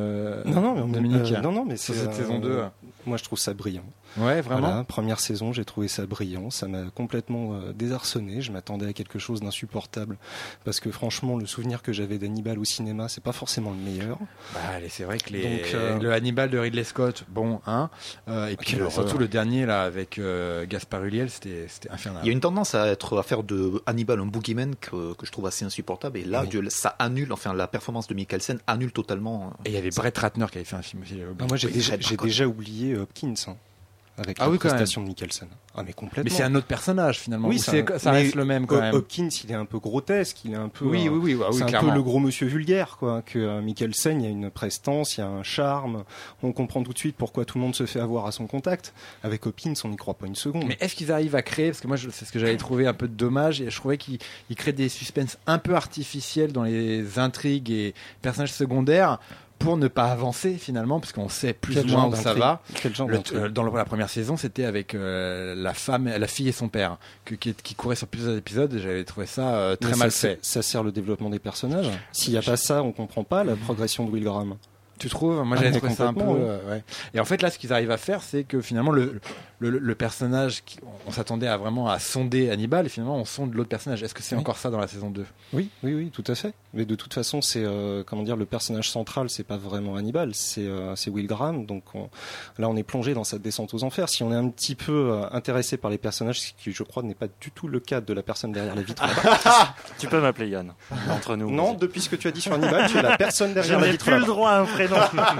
Non, Dominique. mais Sur c'est cette saison 2. Moi, je trouve ça brillant. Ouais, vraiment. Voilà, première saison, j'ai trouvé ça brillant. Ça m'a complètement désarçonné. Je m'attendais à quelque chose d'insupportable parce que franchement, le souvenir que j'avais d'Hannibal au cinéma, c'est pas forcément le meilleur. Bah, allez, c'est vrai que Donc, le Hannibal de Ridley Scott, bon, hein. Et puis surtout le dernier là avec Gaspard Ulliel, c'était infernal. Il y a une tendance à faire de Hannibal un boogeyman que je trouve assez insupportable. Et là, ça annule, enfin, la performance de Mikkelsen annule totalement. Et il y avait Brett Ratner qui avait fait un film aussi. Moi, j'ai déjà oublié Hopkins. Avec la prestation de Mikkelsen. Ah, mais complètement. Mais c'est un autre personnage finalement. Oui, ça reste le même quand même. Hopkins, il est un peu grotesque, il est un peu. Oui, c'est clairement. un peu le gros monsieur vulgaire, quoi. Que Mikkelsen, il y a une prestance, il y a un charme. On comprend tout de suite pourquoi tout le monde se fait avoir à son contact. Avec Hopkins, on n'y croit pas une seconde. Mais est-ce qu'ils arrivent à créer, parce que moi c'est ce que j'avais trouvé un peu dommage, et je trouvais qu'ils créent des suspens un peu artificiels dans les intrigues et personnages secondaires, pour ne pas avancer finalement, parce qu'on sait plus ou moins où ça va. Quel genre Dans la première saison, c'était avec la fille et son père qui couraient sur plusieurs épisodes, et j'avais trouvé ça très mal fait. Ça sert le développement des personnages. S'il n'y a pas ça, on comprend pas la progression de Will Graham. Tu trouves? Moi j'avais trouvé ça un peu. Ouais. Et en fait là, ce qu'ils arrivent à faire, c'est que finalement le personnage, on s'attendait à vraiment à sonder Hannibal, et finalement on sonde l'autre personnage. Est-ce que c'est encore ça dans la saison 2? Oui, tout à fait. Mais de toute façon, c'est le personnage central, c'est pas vraiment Hannibal, c'est Will Graham. Donc là, on est plongé dans cette descente aux enfers. Si on est un petit peu intéressé par les personnages, ce qui je crois n'est pas du tout le cas de la personne derrière la vitre. Tu peux m'appeler Yann, entre nous. Non, depuis ce que tu as dit sur Hannibal, tu es la personne derrière la vitre. Je n'ai plus le droit à un prénom.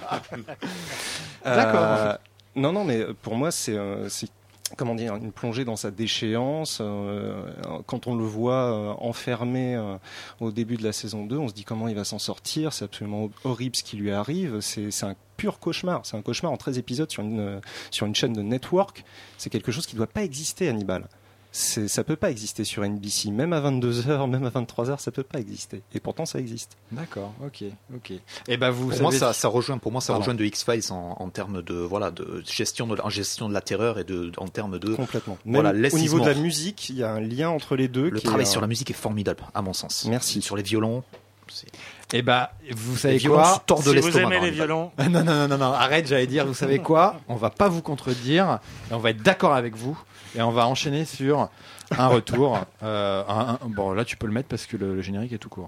D'accord. Non, mais pour moi, c'est une plongée dans sa déchéance. Quand on le voit enfermé au début de la saison 2, on se dit comment il va s'en sortir. C'est absolument horrible ce qui lui arrive. C'est un pur cauchemar. C'est un cauchemar en 13 épisodes sur une chaîne de network. C'est quelque chose qui ne doit pas exister, Hannibal. Ça peut pas exister sur NBC, même à 22h, même à 23h, ça peut pas exister. Et pourtant, ça existe. D'accord, ok. Et ben vous pour savez... moi, ça rejoint de X-Files en termes de gestion de la terreur et en termes de complètement. Voilà, même au niveau de la musique, il y a un lien entre les deux. Le travail sur la musique est formidable, à mon sens. Merci. Sur les violons. Et vous savez quoi? Si vous aimez les violons. Non, arrête, j'allais dire, vous savez quoi? On va pas vous contredire, et on va être d'accord avec vous, et on va enchaîner sur un retour. Bon, là tu peux le mettre parce que le générique est tout court.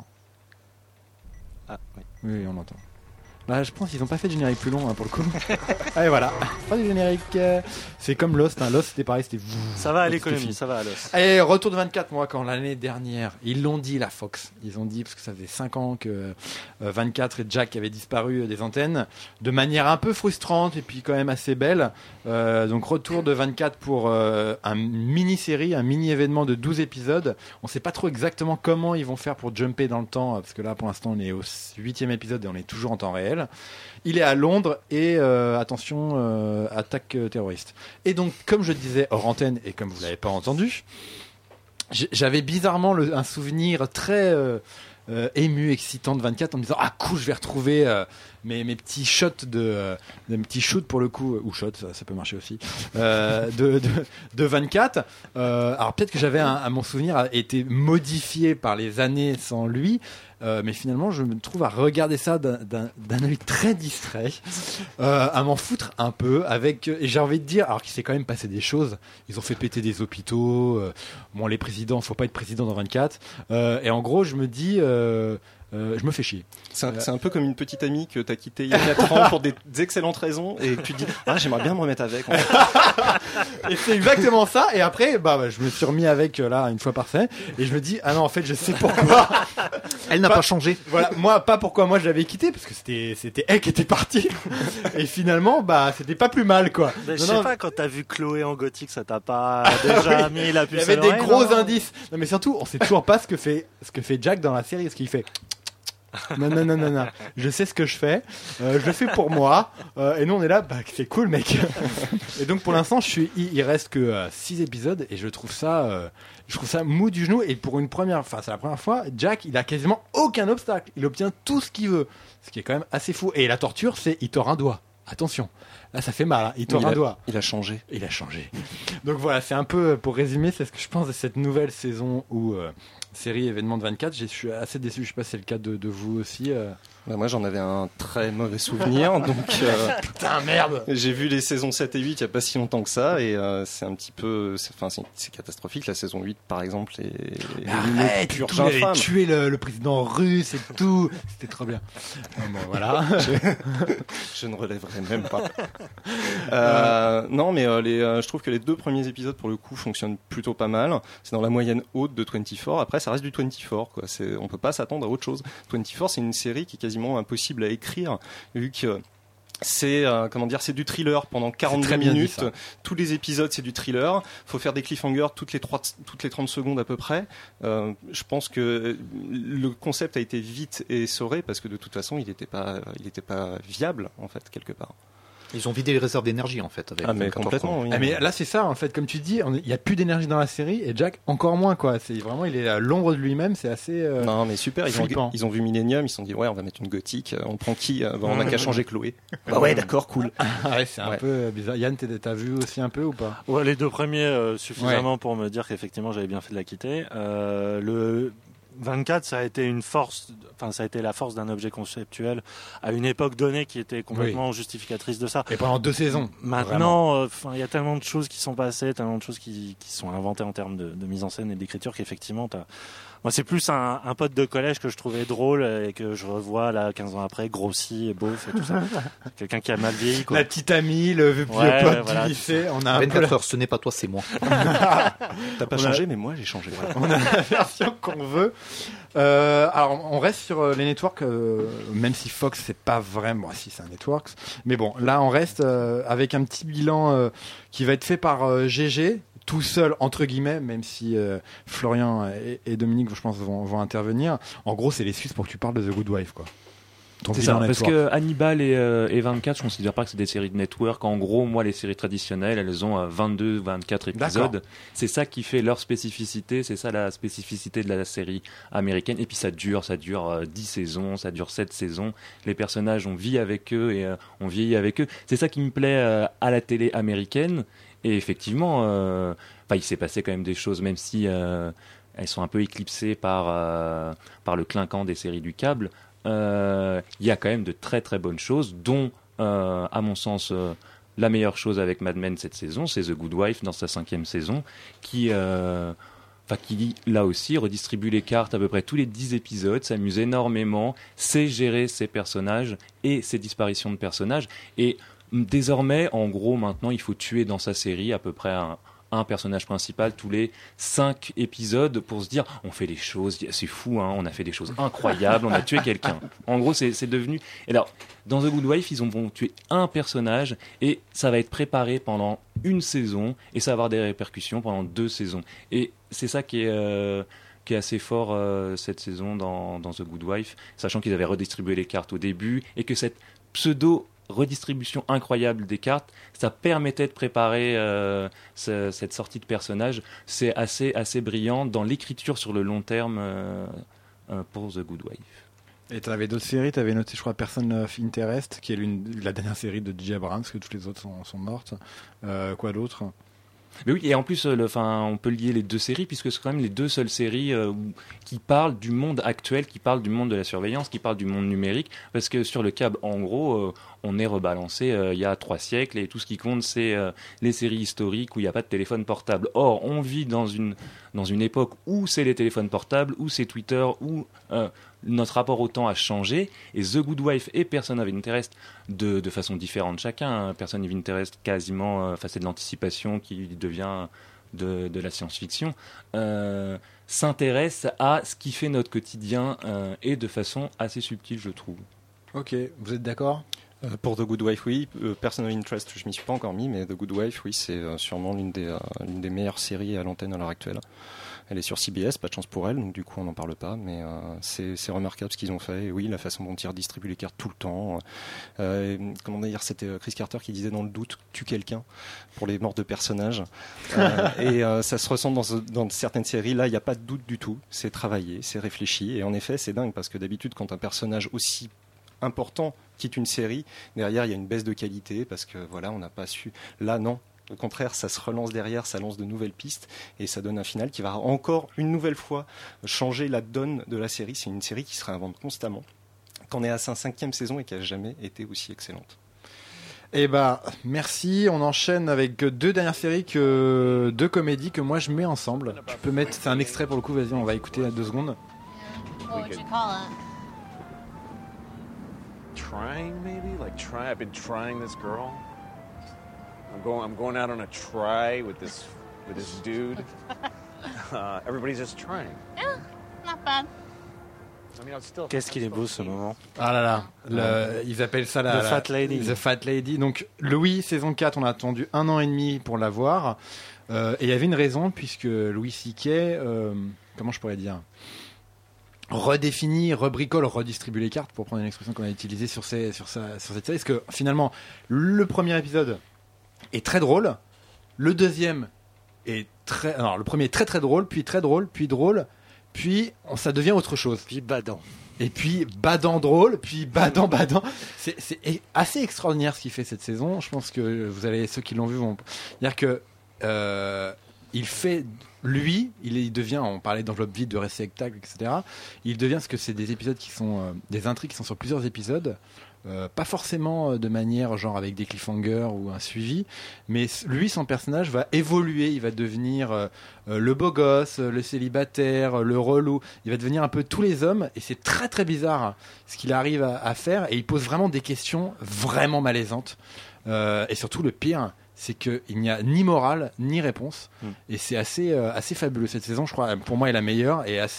Ah, oui. Oui, on l'entend. Bah, je pense qu'ils n'ont pas fait de générique plus long pour le coup. Allez, voilà. Pas de générique. C'est comme Lost. Lost, c'était pareil. Ça va à l'économie, ça va à Lost. Allez, retour de 24 mois quand l'année dernière, ils l'ont dit, la Fox. Ils ont dit, parce que ça faisait 5 ans que 24 et Jack avaient disparu des antennes, de manière un peu frustrante et puis quand même assez belle. Donc, retour de 24 pour une mini-série, un mini-événement de 12 épisodes. On ne sait pas trop exactement comment ils vont faire pour jumper dans le temps, parce que là, pour l'instant, on est au 8e épisode et on est toujours en temps réel. Il est à Londres et attention, attaque terroriste. Et donc, comme je disais hors antenne et comme vous l'avez pas entendu, j'avais bizarrement un souvenir très ému, excitant de 24 en me disant cool, je vais retrouver mes petits shots mes petits shoots pour le coup, ou shots, ça peut marcher aussi, de 24. Alors peut-être que mon souvenir a été modifié par les années sans lui. Mais finalement, je me trouve à regarder ça d'un œil très distrait, à m'en foutre un peu. Et j'ai envie de dire, alors qu'il s'est quand même passé des choses. Ils ont fait péter des hôpitaux. Bon, les présidents, faut pas être président dans 24. Et en gros, je me dis, je me fais chier. C'est un peu comme une petite amie que t'as quittée il y a 4 ans pour des excellentes raisons et tu te dis j'aimerais bien me remettre avec. En fait. Et c'est exactement ça. Et après, je me suis remis avec là une fois par semaine et je me dis non, en fait, je sais pourquoi. Elle n'a pas changé. Voilà, pas pourquoi moi je l'avais quitté, parce que c'était elle qui était partie. Et finalement, c'était pas plus mal, quoi. Je sais pas, quand t'as vu Chloé en gothique, ça t'a pas déjà mis la puce à l'oreille? Il y avait des gros indices. Non, mais surtout, on sait toujours pas ce que fait Jack dans la série, ce qu'il fait. Non. Je sais ce que je fais. Je le fais pour moi. Et nous, on est là. C'est cool, mec. Et donc, pour l'instant, il reste que 6 épisodes et je trouve ça mou du genou. Et pour c'est la première fois, Jack, il a quasiment aucun obstacle. Il obtient tout ce qu'il veut. Ce qui est quand même assez fou. Et la torture, c'est il tord un doigt. Attention. Là, ça fait mal. Hein. Il tord un doigt. Il a changé. Donc voilà, c'est un peu, pour résumer, c'est ce que je pense de cette nouvelle saison où série événement de 24. Je suis assez déçu. Je sais pas si c'est le cas de vous aussi. Moi j'en avais un très mauvais souvenir, donc Putain, merde. j'ai vu les saisons 7 et 8 il n'y a pas si longtemps que ça, et c'est un petit peu, c'est catastrophique. La saison 8 par exemple est Arrête, purge il avait infâme. tué le président russe et tout. C'était trop bien. Bon, voilà. Je ne relèverai même pas. Non, mais je trouve que les 2 premiers épisodes pour le coup fonctionnent plutôt pas mal. C'est dans la moyenne haute de 24. Après, ça reste du 24, quoi. On peut pas s'attendre à autre chose. 24, c'est une série qui est quasiment impossible à écrire, vu que c'est c'est du thriller pendant 42 minutes. Tous les épisodes, c'est du thriller. Faut faire des cliffhangers toutes les 30 secondes à peu près. Je pense que le concept a été vite essoré parce que de toute façon, il était pas viable en fait quelque part. Ils ont vidé les réserves d'énergie en fait. Avec mais complètement. Oui. Mais là, c'est ça, en fait, comme tu dis, il n'y a plus d'énergie dans la série, et Jack, encore moins, quoi. C'est vraiment, il est à l'ombre de lui-même, c'est assez. Non, mais super, ils ont vu Millennium, ils se sont dit, ouais, on va mettre une gothique, on prend qui on n'a qu'à changer Chloé. Bah ouais, d'accord, cool. Ouais, c'est un peu bizarre. Yann, t'as vu aussi un peu ou pas? Ouais, les 2 premiers suffisamment pour me dire qu'effectivement j'avais bien fait de la quitter. Le 24, ça a été une force, ça a été la force d'un objet conceptuel à une époque donnée qui était complètement justificatrice de ça. Et pendant 2 saisons. Maintenant, il y a tellement de choses qui sont passées, tellement de choses qui sont inventées en termes de mise en scène et d'écriture qu'effectivement, moi, c'est plus un pote de collège que je trouvais drôle et que je revois là 15 ans après, grossi et beauf et tout ça. Quelqu'un qui a mal vieilli, quoi. La petite amie, le vieux pote du lycée. On a 24 heures, ce n'est pas toi, c'est moi. T'as pas changé, mais moi j'ai changé. Voilà. On a la version qu'on veut. Alors, on reste sur les networks, même si Fox, c'est pas vraiment. Si, c'est un network. Mais bon, là, on reste avec un petit bilan qui va être fait par GG. Tout seul, entre guillemets, même si Florian et Dominique, je pense, vont intervenir. En gros, c'est l'excuse pour que tu parles de The Good Wife, quoi. C'est ça, parce que Hannibal et 24, je considère pas que c'est des séries de network. En gros, moi, les séries traditionnelles, elles ont 22, 24 épisodes. D'accord. C'est ça qui fait leur spécificité, c'est ça la spécificité de la série américaine. Et puis ça dure 10 saisons, ça dure 7 saisons. Les personnages, on vit avec eux et on vieillit avec eux. C'est ça qui me plaît à la télé américaine. Et effectivement, il s'est passé quand même des choses, même si elles sont un peu éclipsées par le clinquant des séries du câble. Il y a quand même de très très bonnes choses, dont, à mon sens, la meilleure chose avec Mad Men cette saison, c'est The Good Wife dans sa 5e saison, qui là aussi redistribue les cartes à peu près tous les 10 épisodes, s'amuse énormément, sait gérer ses personnages et ses disparitions de personnages. Et désormais, en gros, maintenant, il faut tuer dans sa série à peu près un personnage principal tous les 5 épisodes pour se dire on fait les choses, c'est fou, hein, on a fait des choses incroyables, on a tué quelqu'un. En gros, c'est devenu. Et alors, dans The Good Wife, ils vont tuer un personnage et ça va être préparé pendant une saison et ça va avoir des répercussions pendant 2 saisons. Et c'est ça qui est assez fort cette saison dans The Good Wife, sachant qu'ils avaient redistribué les cartes au début et que cette redistribution incroyable des cartes, ça permettait de préparer cette sortie de personnage. C'est assez brillant dans l'écriture sur le long terme pour The Good Wife. Et tu avais d'autres séries, tu avais noté, je crois, Person of Interest, qui est la dernière série de J.J. Abrams, parce que toutes les autres sont mortes. Quoi d'autre? Mais oui, et en plus, on peut lier les 2 séries, puisque c'est quand même les 2 seules séries qui parlent du monde actuel, qui parlent du monde de la surveillance, qui parlent du monde numérique, parce que sur le câble, en gros, on est rebalancé il y a 3 siècles, et tout ce qui compte, c'est les séries historiques où il n'y a pas de téléphone portable. Or, on vit dans une époque où c'est les téléphones portables, où c'est Twitter, où notre rapport au temps a changé, et The Good Wife et Person of Interest, de façon différente chacun. Person of Interest, quasiment, c'est de l'anticipation qui devient de la science-fiction, s'intéresse à ce qui fait notre quotidien et de façon assez subtile, je trouve. Ok, vous êtes d'accord? Pour The Good Wife, oui. Person of Interest, je m'y suis pas encore mis, mais The Good Wife, oui, c'est sûrement l'une des meilleures séries à l'antenne à l'heure actuelle. Elle est sur CBS, pas de chance pour elle, donc du coup on n'en parle pas, mais c'est remarquable ce qu'ils ont fait. Et oui, la façon dont ils redistribuent les cartes tout le temps. Comment dire, c'était Chris Carter qui disait dans le doute, tue quelqu'un pour les morts de personnages. Et ça se ressent dans certaines séries. Là, il n'y a pas de doute du tout. C'est travaillé, c'est réfléchi. Et en effet, c'est dingue parce que d'habitude, quand un personnage aussi important quitte une série, derrière il y a une baisse de qualité parce que voilà, on n'a pas su. Là, non. Au contraire, ça se relance derrière, ça lance de nouvelles pistes et ça donne un final qui va encore une nouvelle fois changer la donne de la série. C'est une série qui se réinvente constamment, qu'on est à sa 5e saison et qui a jamais été aussi excellente. Eh bah, merci. On enchaîne avec 2 dernières séries, 2 comédies que moi je mets ensemble. Tu peux mettre, c'est un extrait pour le coup, vas-y, on va écouter à 2 secondes. What would you call it? Trying, maybe? Like try. I've been trying this girl. I'm going out on a try with this dude. Everybody's just trying. Yeah, not bad. I mean, I'll still. Qu'est-ce qu'il est beau ce moment. Ah là là, ils appellent ça The Fat Lady. The Fat Lady. Donc Louis, saison 4, on a attendu 1 an et demi pour la voir. Et il y avait une raison, puisque Louis C.K., comment je pourrais dire, redéfinit, rebricole, redistribue les cartes, pour prendre une expression qu'on a utilisée sur cette série. Parce que finalement, le premier épisode est très drôle, le deuxième est très... Alors le premier est très très drôle, puis drôle, puis ça devient autre chose. Puis badant. Et puis badant drôle, puis badant. C'est assez extraordinaire ce qu'il fait cette saison. Je pense que ceux qui l'ont vu vont dire que il fait, lui, il devient, on parlait d'enveloppe vide, de réceptacle, etc. Il devient, ce que c'est des épisodes qui sont des intrigues qui sont sur plusieurs épisodes. Pas forcément de manière genre avec des cliffhangers ou un suivi, mais lui, son personnage va évoluer, il va devenir le beau gosse, le célibataire, le relou, il va devenir un peu tous les hommes, et c'est très très bizarre ce qu'il arrive à faire, et il pose vraiment des questions vraiment malaisantes, et surtout le pire, c'est qu'il n'y a ni morale ni réponse, et c'est assez fabuleux cette saison. Je crois, pour moi, est la meilleure, et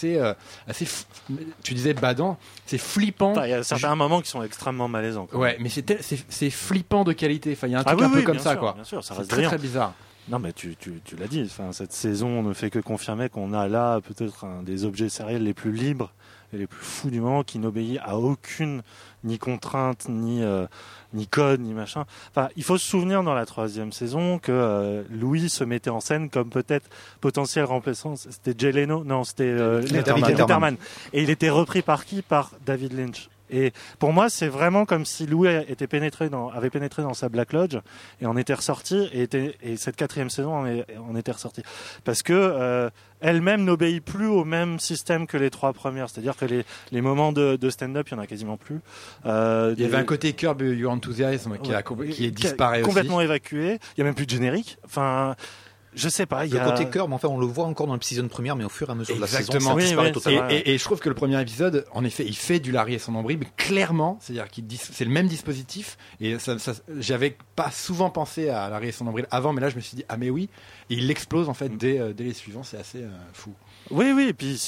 tu disais badant, c'est flippant. Il y a certains moments qui sont extrêmement malaisants. Ouais, mais c'est flippant de qualité. Enfin, il y a un truc un peu comme ça, quoi. Bien sûr, ça c'est reste très très bizarre. Non, mais tu l'as dit. Enfin, cette saison ne fait que confirmer qu'on a là peut-être un des objets sériels les plus libres et les plus fous du moment, qui n'obéit à aucune ni contrainte, ni code, ni machin. Enfin, il faut se souvenir dans la 3e saison que Louis se mettait en scène comme peut-être potentiel remplaçant. C'était Jay Leno? Non, c'était Letterman. Et il était repris par qui? Par David Lynch. Et pour moi, c'est vraiment comme si Louis avait pénétré dans sa Black Lodge et en était ressorti, et cette 4e saison en était ressorti. Parce que elle-même n'obéit plus au même système que les 3 premières. C'est-à-dire que les moments de stand-up, il n'y en a quasiment plus. Il y avait un côté Curb Your Enthusiasm qui est disparu aussi. Complètement évacué. Il n'y a même plus de générique. Enfin... Je sais pas. Le côté cœur, mais en fait, on le voit encore dans la saison première, mais au fur et à mesure de la saison, ça oui, disparaît totalement. Et je trouve que le premier épisode, en effet, il fait du Larry et son nombril, mais clairement, c'est-à-dire c'est le même dispositif. Et j'avais pas souvent pensé à Larry et son nombril avant, mais là, je me suis dit, ah mais oui. Et il l'explose en fait dès les suivants. C'est assez fou. Oui, et puis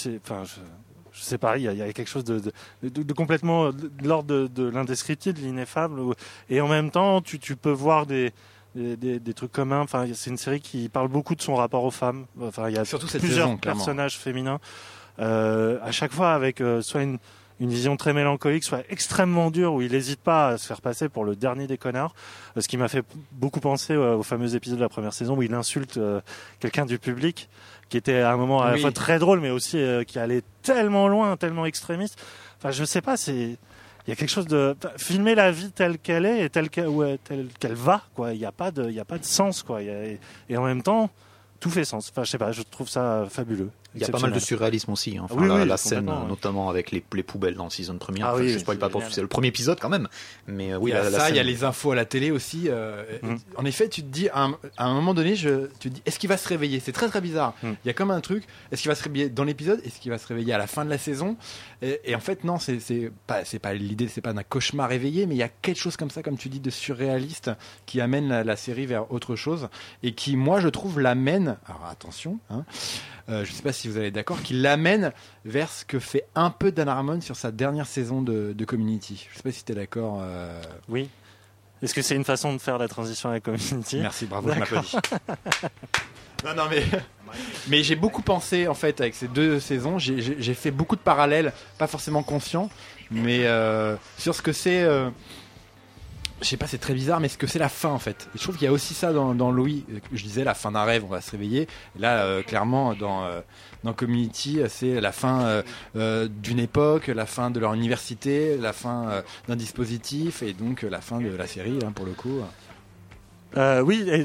je sais pas, il y a quelque chose de complètement de l'ordre de l'indescriptible, de l'ineffable, et en même temps, tu peux voir des trucs communs. Enfin, c'est une série qui parle beaucoup de son rapport aux femmes. Enfin, il y a surtout cette plusieurs saison, personnages féminins, à chaque fois avec soit une vision très mélancolique, soit extrêmement dure, où il n'hésite pas à se faire passer pour le dernier des connards. Ce qui m'a fait beaucoup penser au fameux épisode de la première saison où il insulte quelqu'un du public, qui était à un moment à la fois très drôle, mais aussi qui allait tellement loin, tellement extrémiste. Enfin, je sais pas, il y a quelque chose de filmer la vie telle qu'elle est et telle qu'elle va, quoi. Il y a pas de sens, quoi. Et en même temps, tout fait sens. Enfin, je sais pas, je trouve ça fabuleux. Il y a pas mal de surréalisme aussi. Hein. Enfin, la scène, notamment avec les poubelles dans la saison première. Je spoil pas pour c'est le premier épisode quand même. Mais oui, il y a les infos à la télé aussi. En effet, tu te dis à un moment donné, tu te dis, est-ce qu'il va se réveiller? C'est très très bizarre. Il y a comme un truc. Est-ce qu'il va se réveiller dans l'épisode? Est-ce qu'il va se réveiller à la fin de la saison? Et en fait, non, c'est pas l'idée, c'est pas d'un cauchemar réveillé, mais il y a quelque chose comme ça, comme tu dis, de surréaliste qui amène la série vers autre chose et qui, moi, je trouve, l'amène. Alors attention, hein. Je sais pas si vous allez d'accord, qui l'amène vers ce que fait un peu Dan Harmon sur sa dernière saison de Community. Je sais pas si tu es d'accord. Oui. Est-ce que c'est une façon de faire la transition avec Community? Merci, bravo, je m'applaudis. Non, mais j'ai beaucoup pensé en fait avec ces 2 saisons. J'ai fait beaucoup de parallèles, pas forcément conscients, mais sur ce que c'est. Je sais pas, c'est très bizarre, mais ce que c'est la fin en fait. Et je trouve qu'il y a aussi ça dans Louis. Je disais la fin d'un rêve, on va se réveiller. Et là, clairement, dans Community, c'est la fin d'une époque, la fin de leur université, la fin d'un dispositif, et donc la fin de la série, hein, pour le coup. Oui, et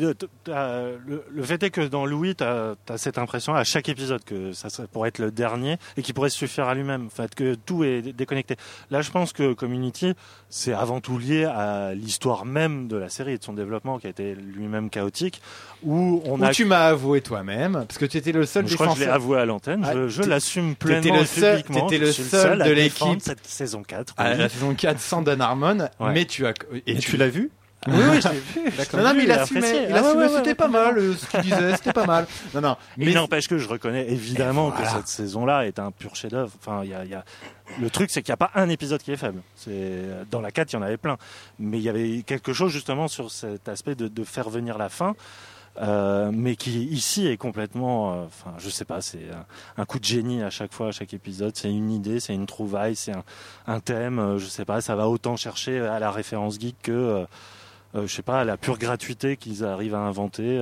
le fait est que dans Louis, t'as cette impression à chaque épisode que ça serait pour être le dernier et qu'il pourrait se suffire à lui-même. En fait, que tout est déconnecté. Là, je pense que Community, c'est avant tout lié à l'histoire même de la série et de son développement qui a été lui-même chaotique. Où tu m'as avoué toi-même, parce que tu étais le seul je crois que je l'ai avoué à l'antenne. Je l'assume pleinement publiquement. T'étais le seul de l'équipe cette saison 4. La saison 4 sans Dan Harmon, mais tu l'as vu? Oui, je l'ai vu. D'accord. Non, mais il assumait, c'était pas mal, ce qu'il disait, c'était pas mal. Non. Mais il n'empêche que je reconnais évidemment que cette saison-là est un pur chef-d'œuvre. Enfin, le truc, c'est qu'il n'y a pas un épisode qui est faible. Dans la 4, il y en avait plein. Mais il y avait quelque chose justement sur cet aspect de faire venir la fin. Mais qui ici est complètement, je sais pas, c'est un coup de génie à chaque fois, à chaque épisode. C'est une idée, c'est une trouvaille, c'est un thème. Je sais pas, ça va autant chercher à la référence geek que je sais pas, à la pure gratuité qu'ils arrivent à inventer.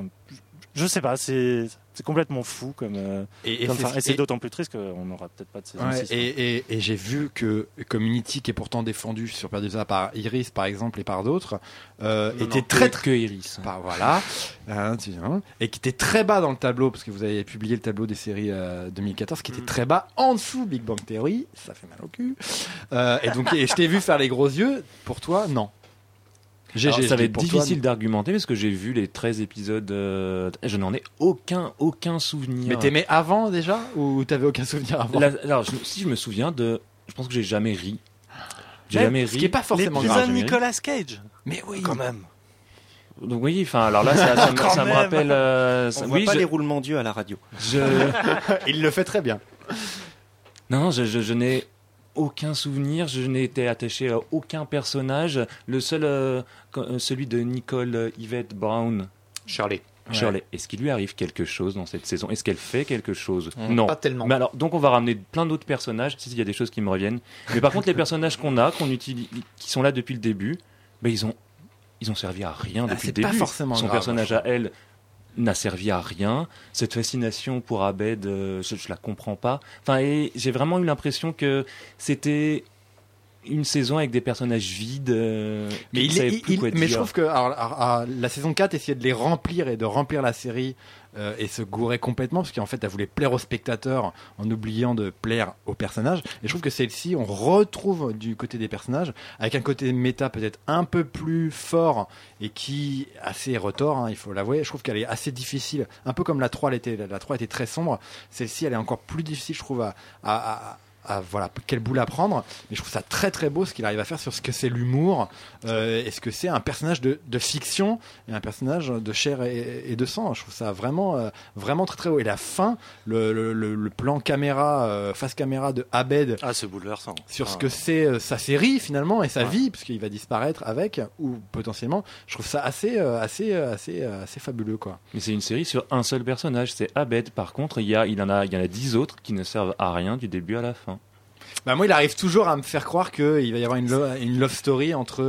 Je sais pas, c'est complètement fou et c'est d'autant plus triste qu'on n'aura peut-être pas de saison 6. Et j'ai vu que Community, qui est pourtant défendu sur Perdusa par Iris par exemple et par d'autres, était très Iris. Voilà, et qui était très bas dans le tableau, parce que vous avez publié le tableau des séries 2014, qui était très bas en dessous Big Bang Theory, ça fait mal au cul. Et je t'ai vu faire les gros yeux. Pour toi, non. Alors, ça va être difficile d'argumenter parce que j'ai vu les 13 épisodes, je n'en ai aucun souvenir. Mais t'aimais avant déjà ou t'avais aucun souvenir avant? Alors si je me souviens je pense que j'ai jamais ri. Ce qui est pas forcément grave. L'épisode Nicolas Cage. Mais oui. Quand même. Donc oui, alors là ça me rappelle. On voit pas les roulements d'yeux à la radio. Il le fait très bien. Non, je n'ai aucun souvenir, je n'ai été attaché à aucun personnage. Le seul, celui de Nicole Yvette Brown. Shirley. Est-ce qu'il lui arrive quelque chose dans cette saison? Est-ce qu'elle fait quelque chose? Non. Pas tellement. Mais alors, donc on va ramener plein d'autres personnages. Si, il y a des choses qui me reviennent. Mais par contre, les personnages qu'on utilise, qui sont là depuis le début, ils ont servi à rien depuis le début. Pas forcément Son grave, personnage à elle n'a servi à rien. Cette fascination pour Abed, je la comprends pas. Et j'ai vraiment eu l'impression que c'était une saison avec des personnages vides. Mais je trouve que la saison 4 essayait de les remplir et de remplir la série et se gourait complètement, parce qu'en fait elle voulait plaire aux spectateurs en oubliant de plaire aux personnages. Et je trouve que celle-ci, on retrouve du côté des personnages avec un côté méta peut-être un peu plus fort et qui assez retors, il faut l'avouer. Je trouve qu'elle est assez difficile, un peu comme la 3 l'était. La 3 était très sombre, celle-ci elle est encore plus difficile, je trouve, voilà, quelle boule à prendre. Mais je trouve ça très très beau ce qu'il arrive à faire sur ce que c'est l'humour et ce que c'est un personnage de fiction et un personnage de chair et de sang. Je trouve ça vraiment très très beau. Et la fin, le plan caméra, face caméra de Abed, c'est bouleversant sur ce que c'est sa série finalement et sa vie, parce qu'il va disparaître avec, ou potentiellement. Je trouve ça assez fabuleux, quoi. Mais c'est une série sur un seul personnage, c'est Abed. Par contre, il y en a 10 autres qui ne servent à rien du début à la fin. Moi, il arrive toujours à me faire croire qu'il va y avoir une love story entre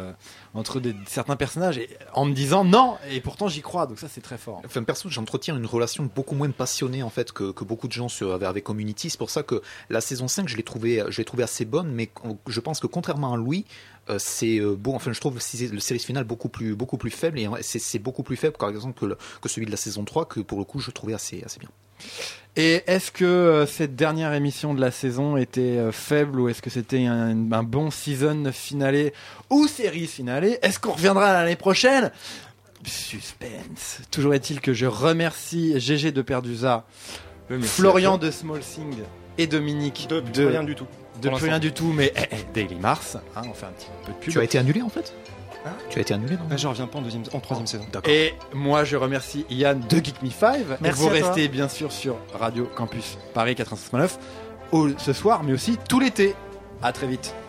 certains personnages, en me disant non, et pourtant j'y crois, donc ça c'est très fort. Perso, j'entretiens une relation beaucoup moins passionnée en fait que beaucoup de gens avec Community. C'est pour ça que la saison 5, je l'ai trouvée assez bonne, mais je pense que contrairement à Louis, c'est beau. Enfin, je trouve le série finale beaucoup plus faible, et c'est beaucoup plus faible par exemple que celui de la saison 3, que pour le coup je trouvais assez bien. Et est-ce que cette dernière émission de la saison était faible, ou est-ce que c'était un bon season finale ou série finale? Est-ce qu'on reviendra l'année prochaine? Suspense. Toujours est-il que je remercie GG de Perdusa, Florian de Small Thing et Dominique de rien du tout. De plus rien du tout, mais Daily Mars, on fait un petit peu de pub. Tu as été annulé en fait? Tu as été annulé, non? Je reviens pas en troisième saison. D'accord. Et moi, je remercie Yann de Geek Me 5. Merci. Et vous restez bien sûr sur Radio Campus Paris 96.9 ce soir, mais aussi tout l'été. À très vite.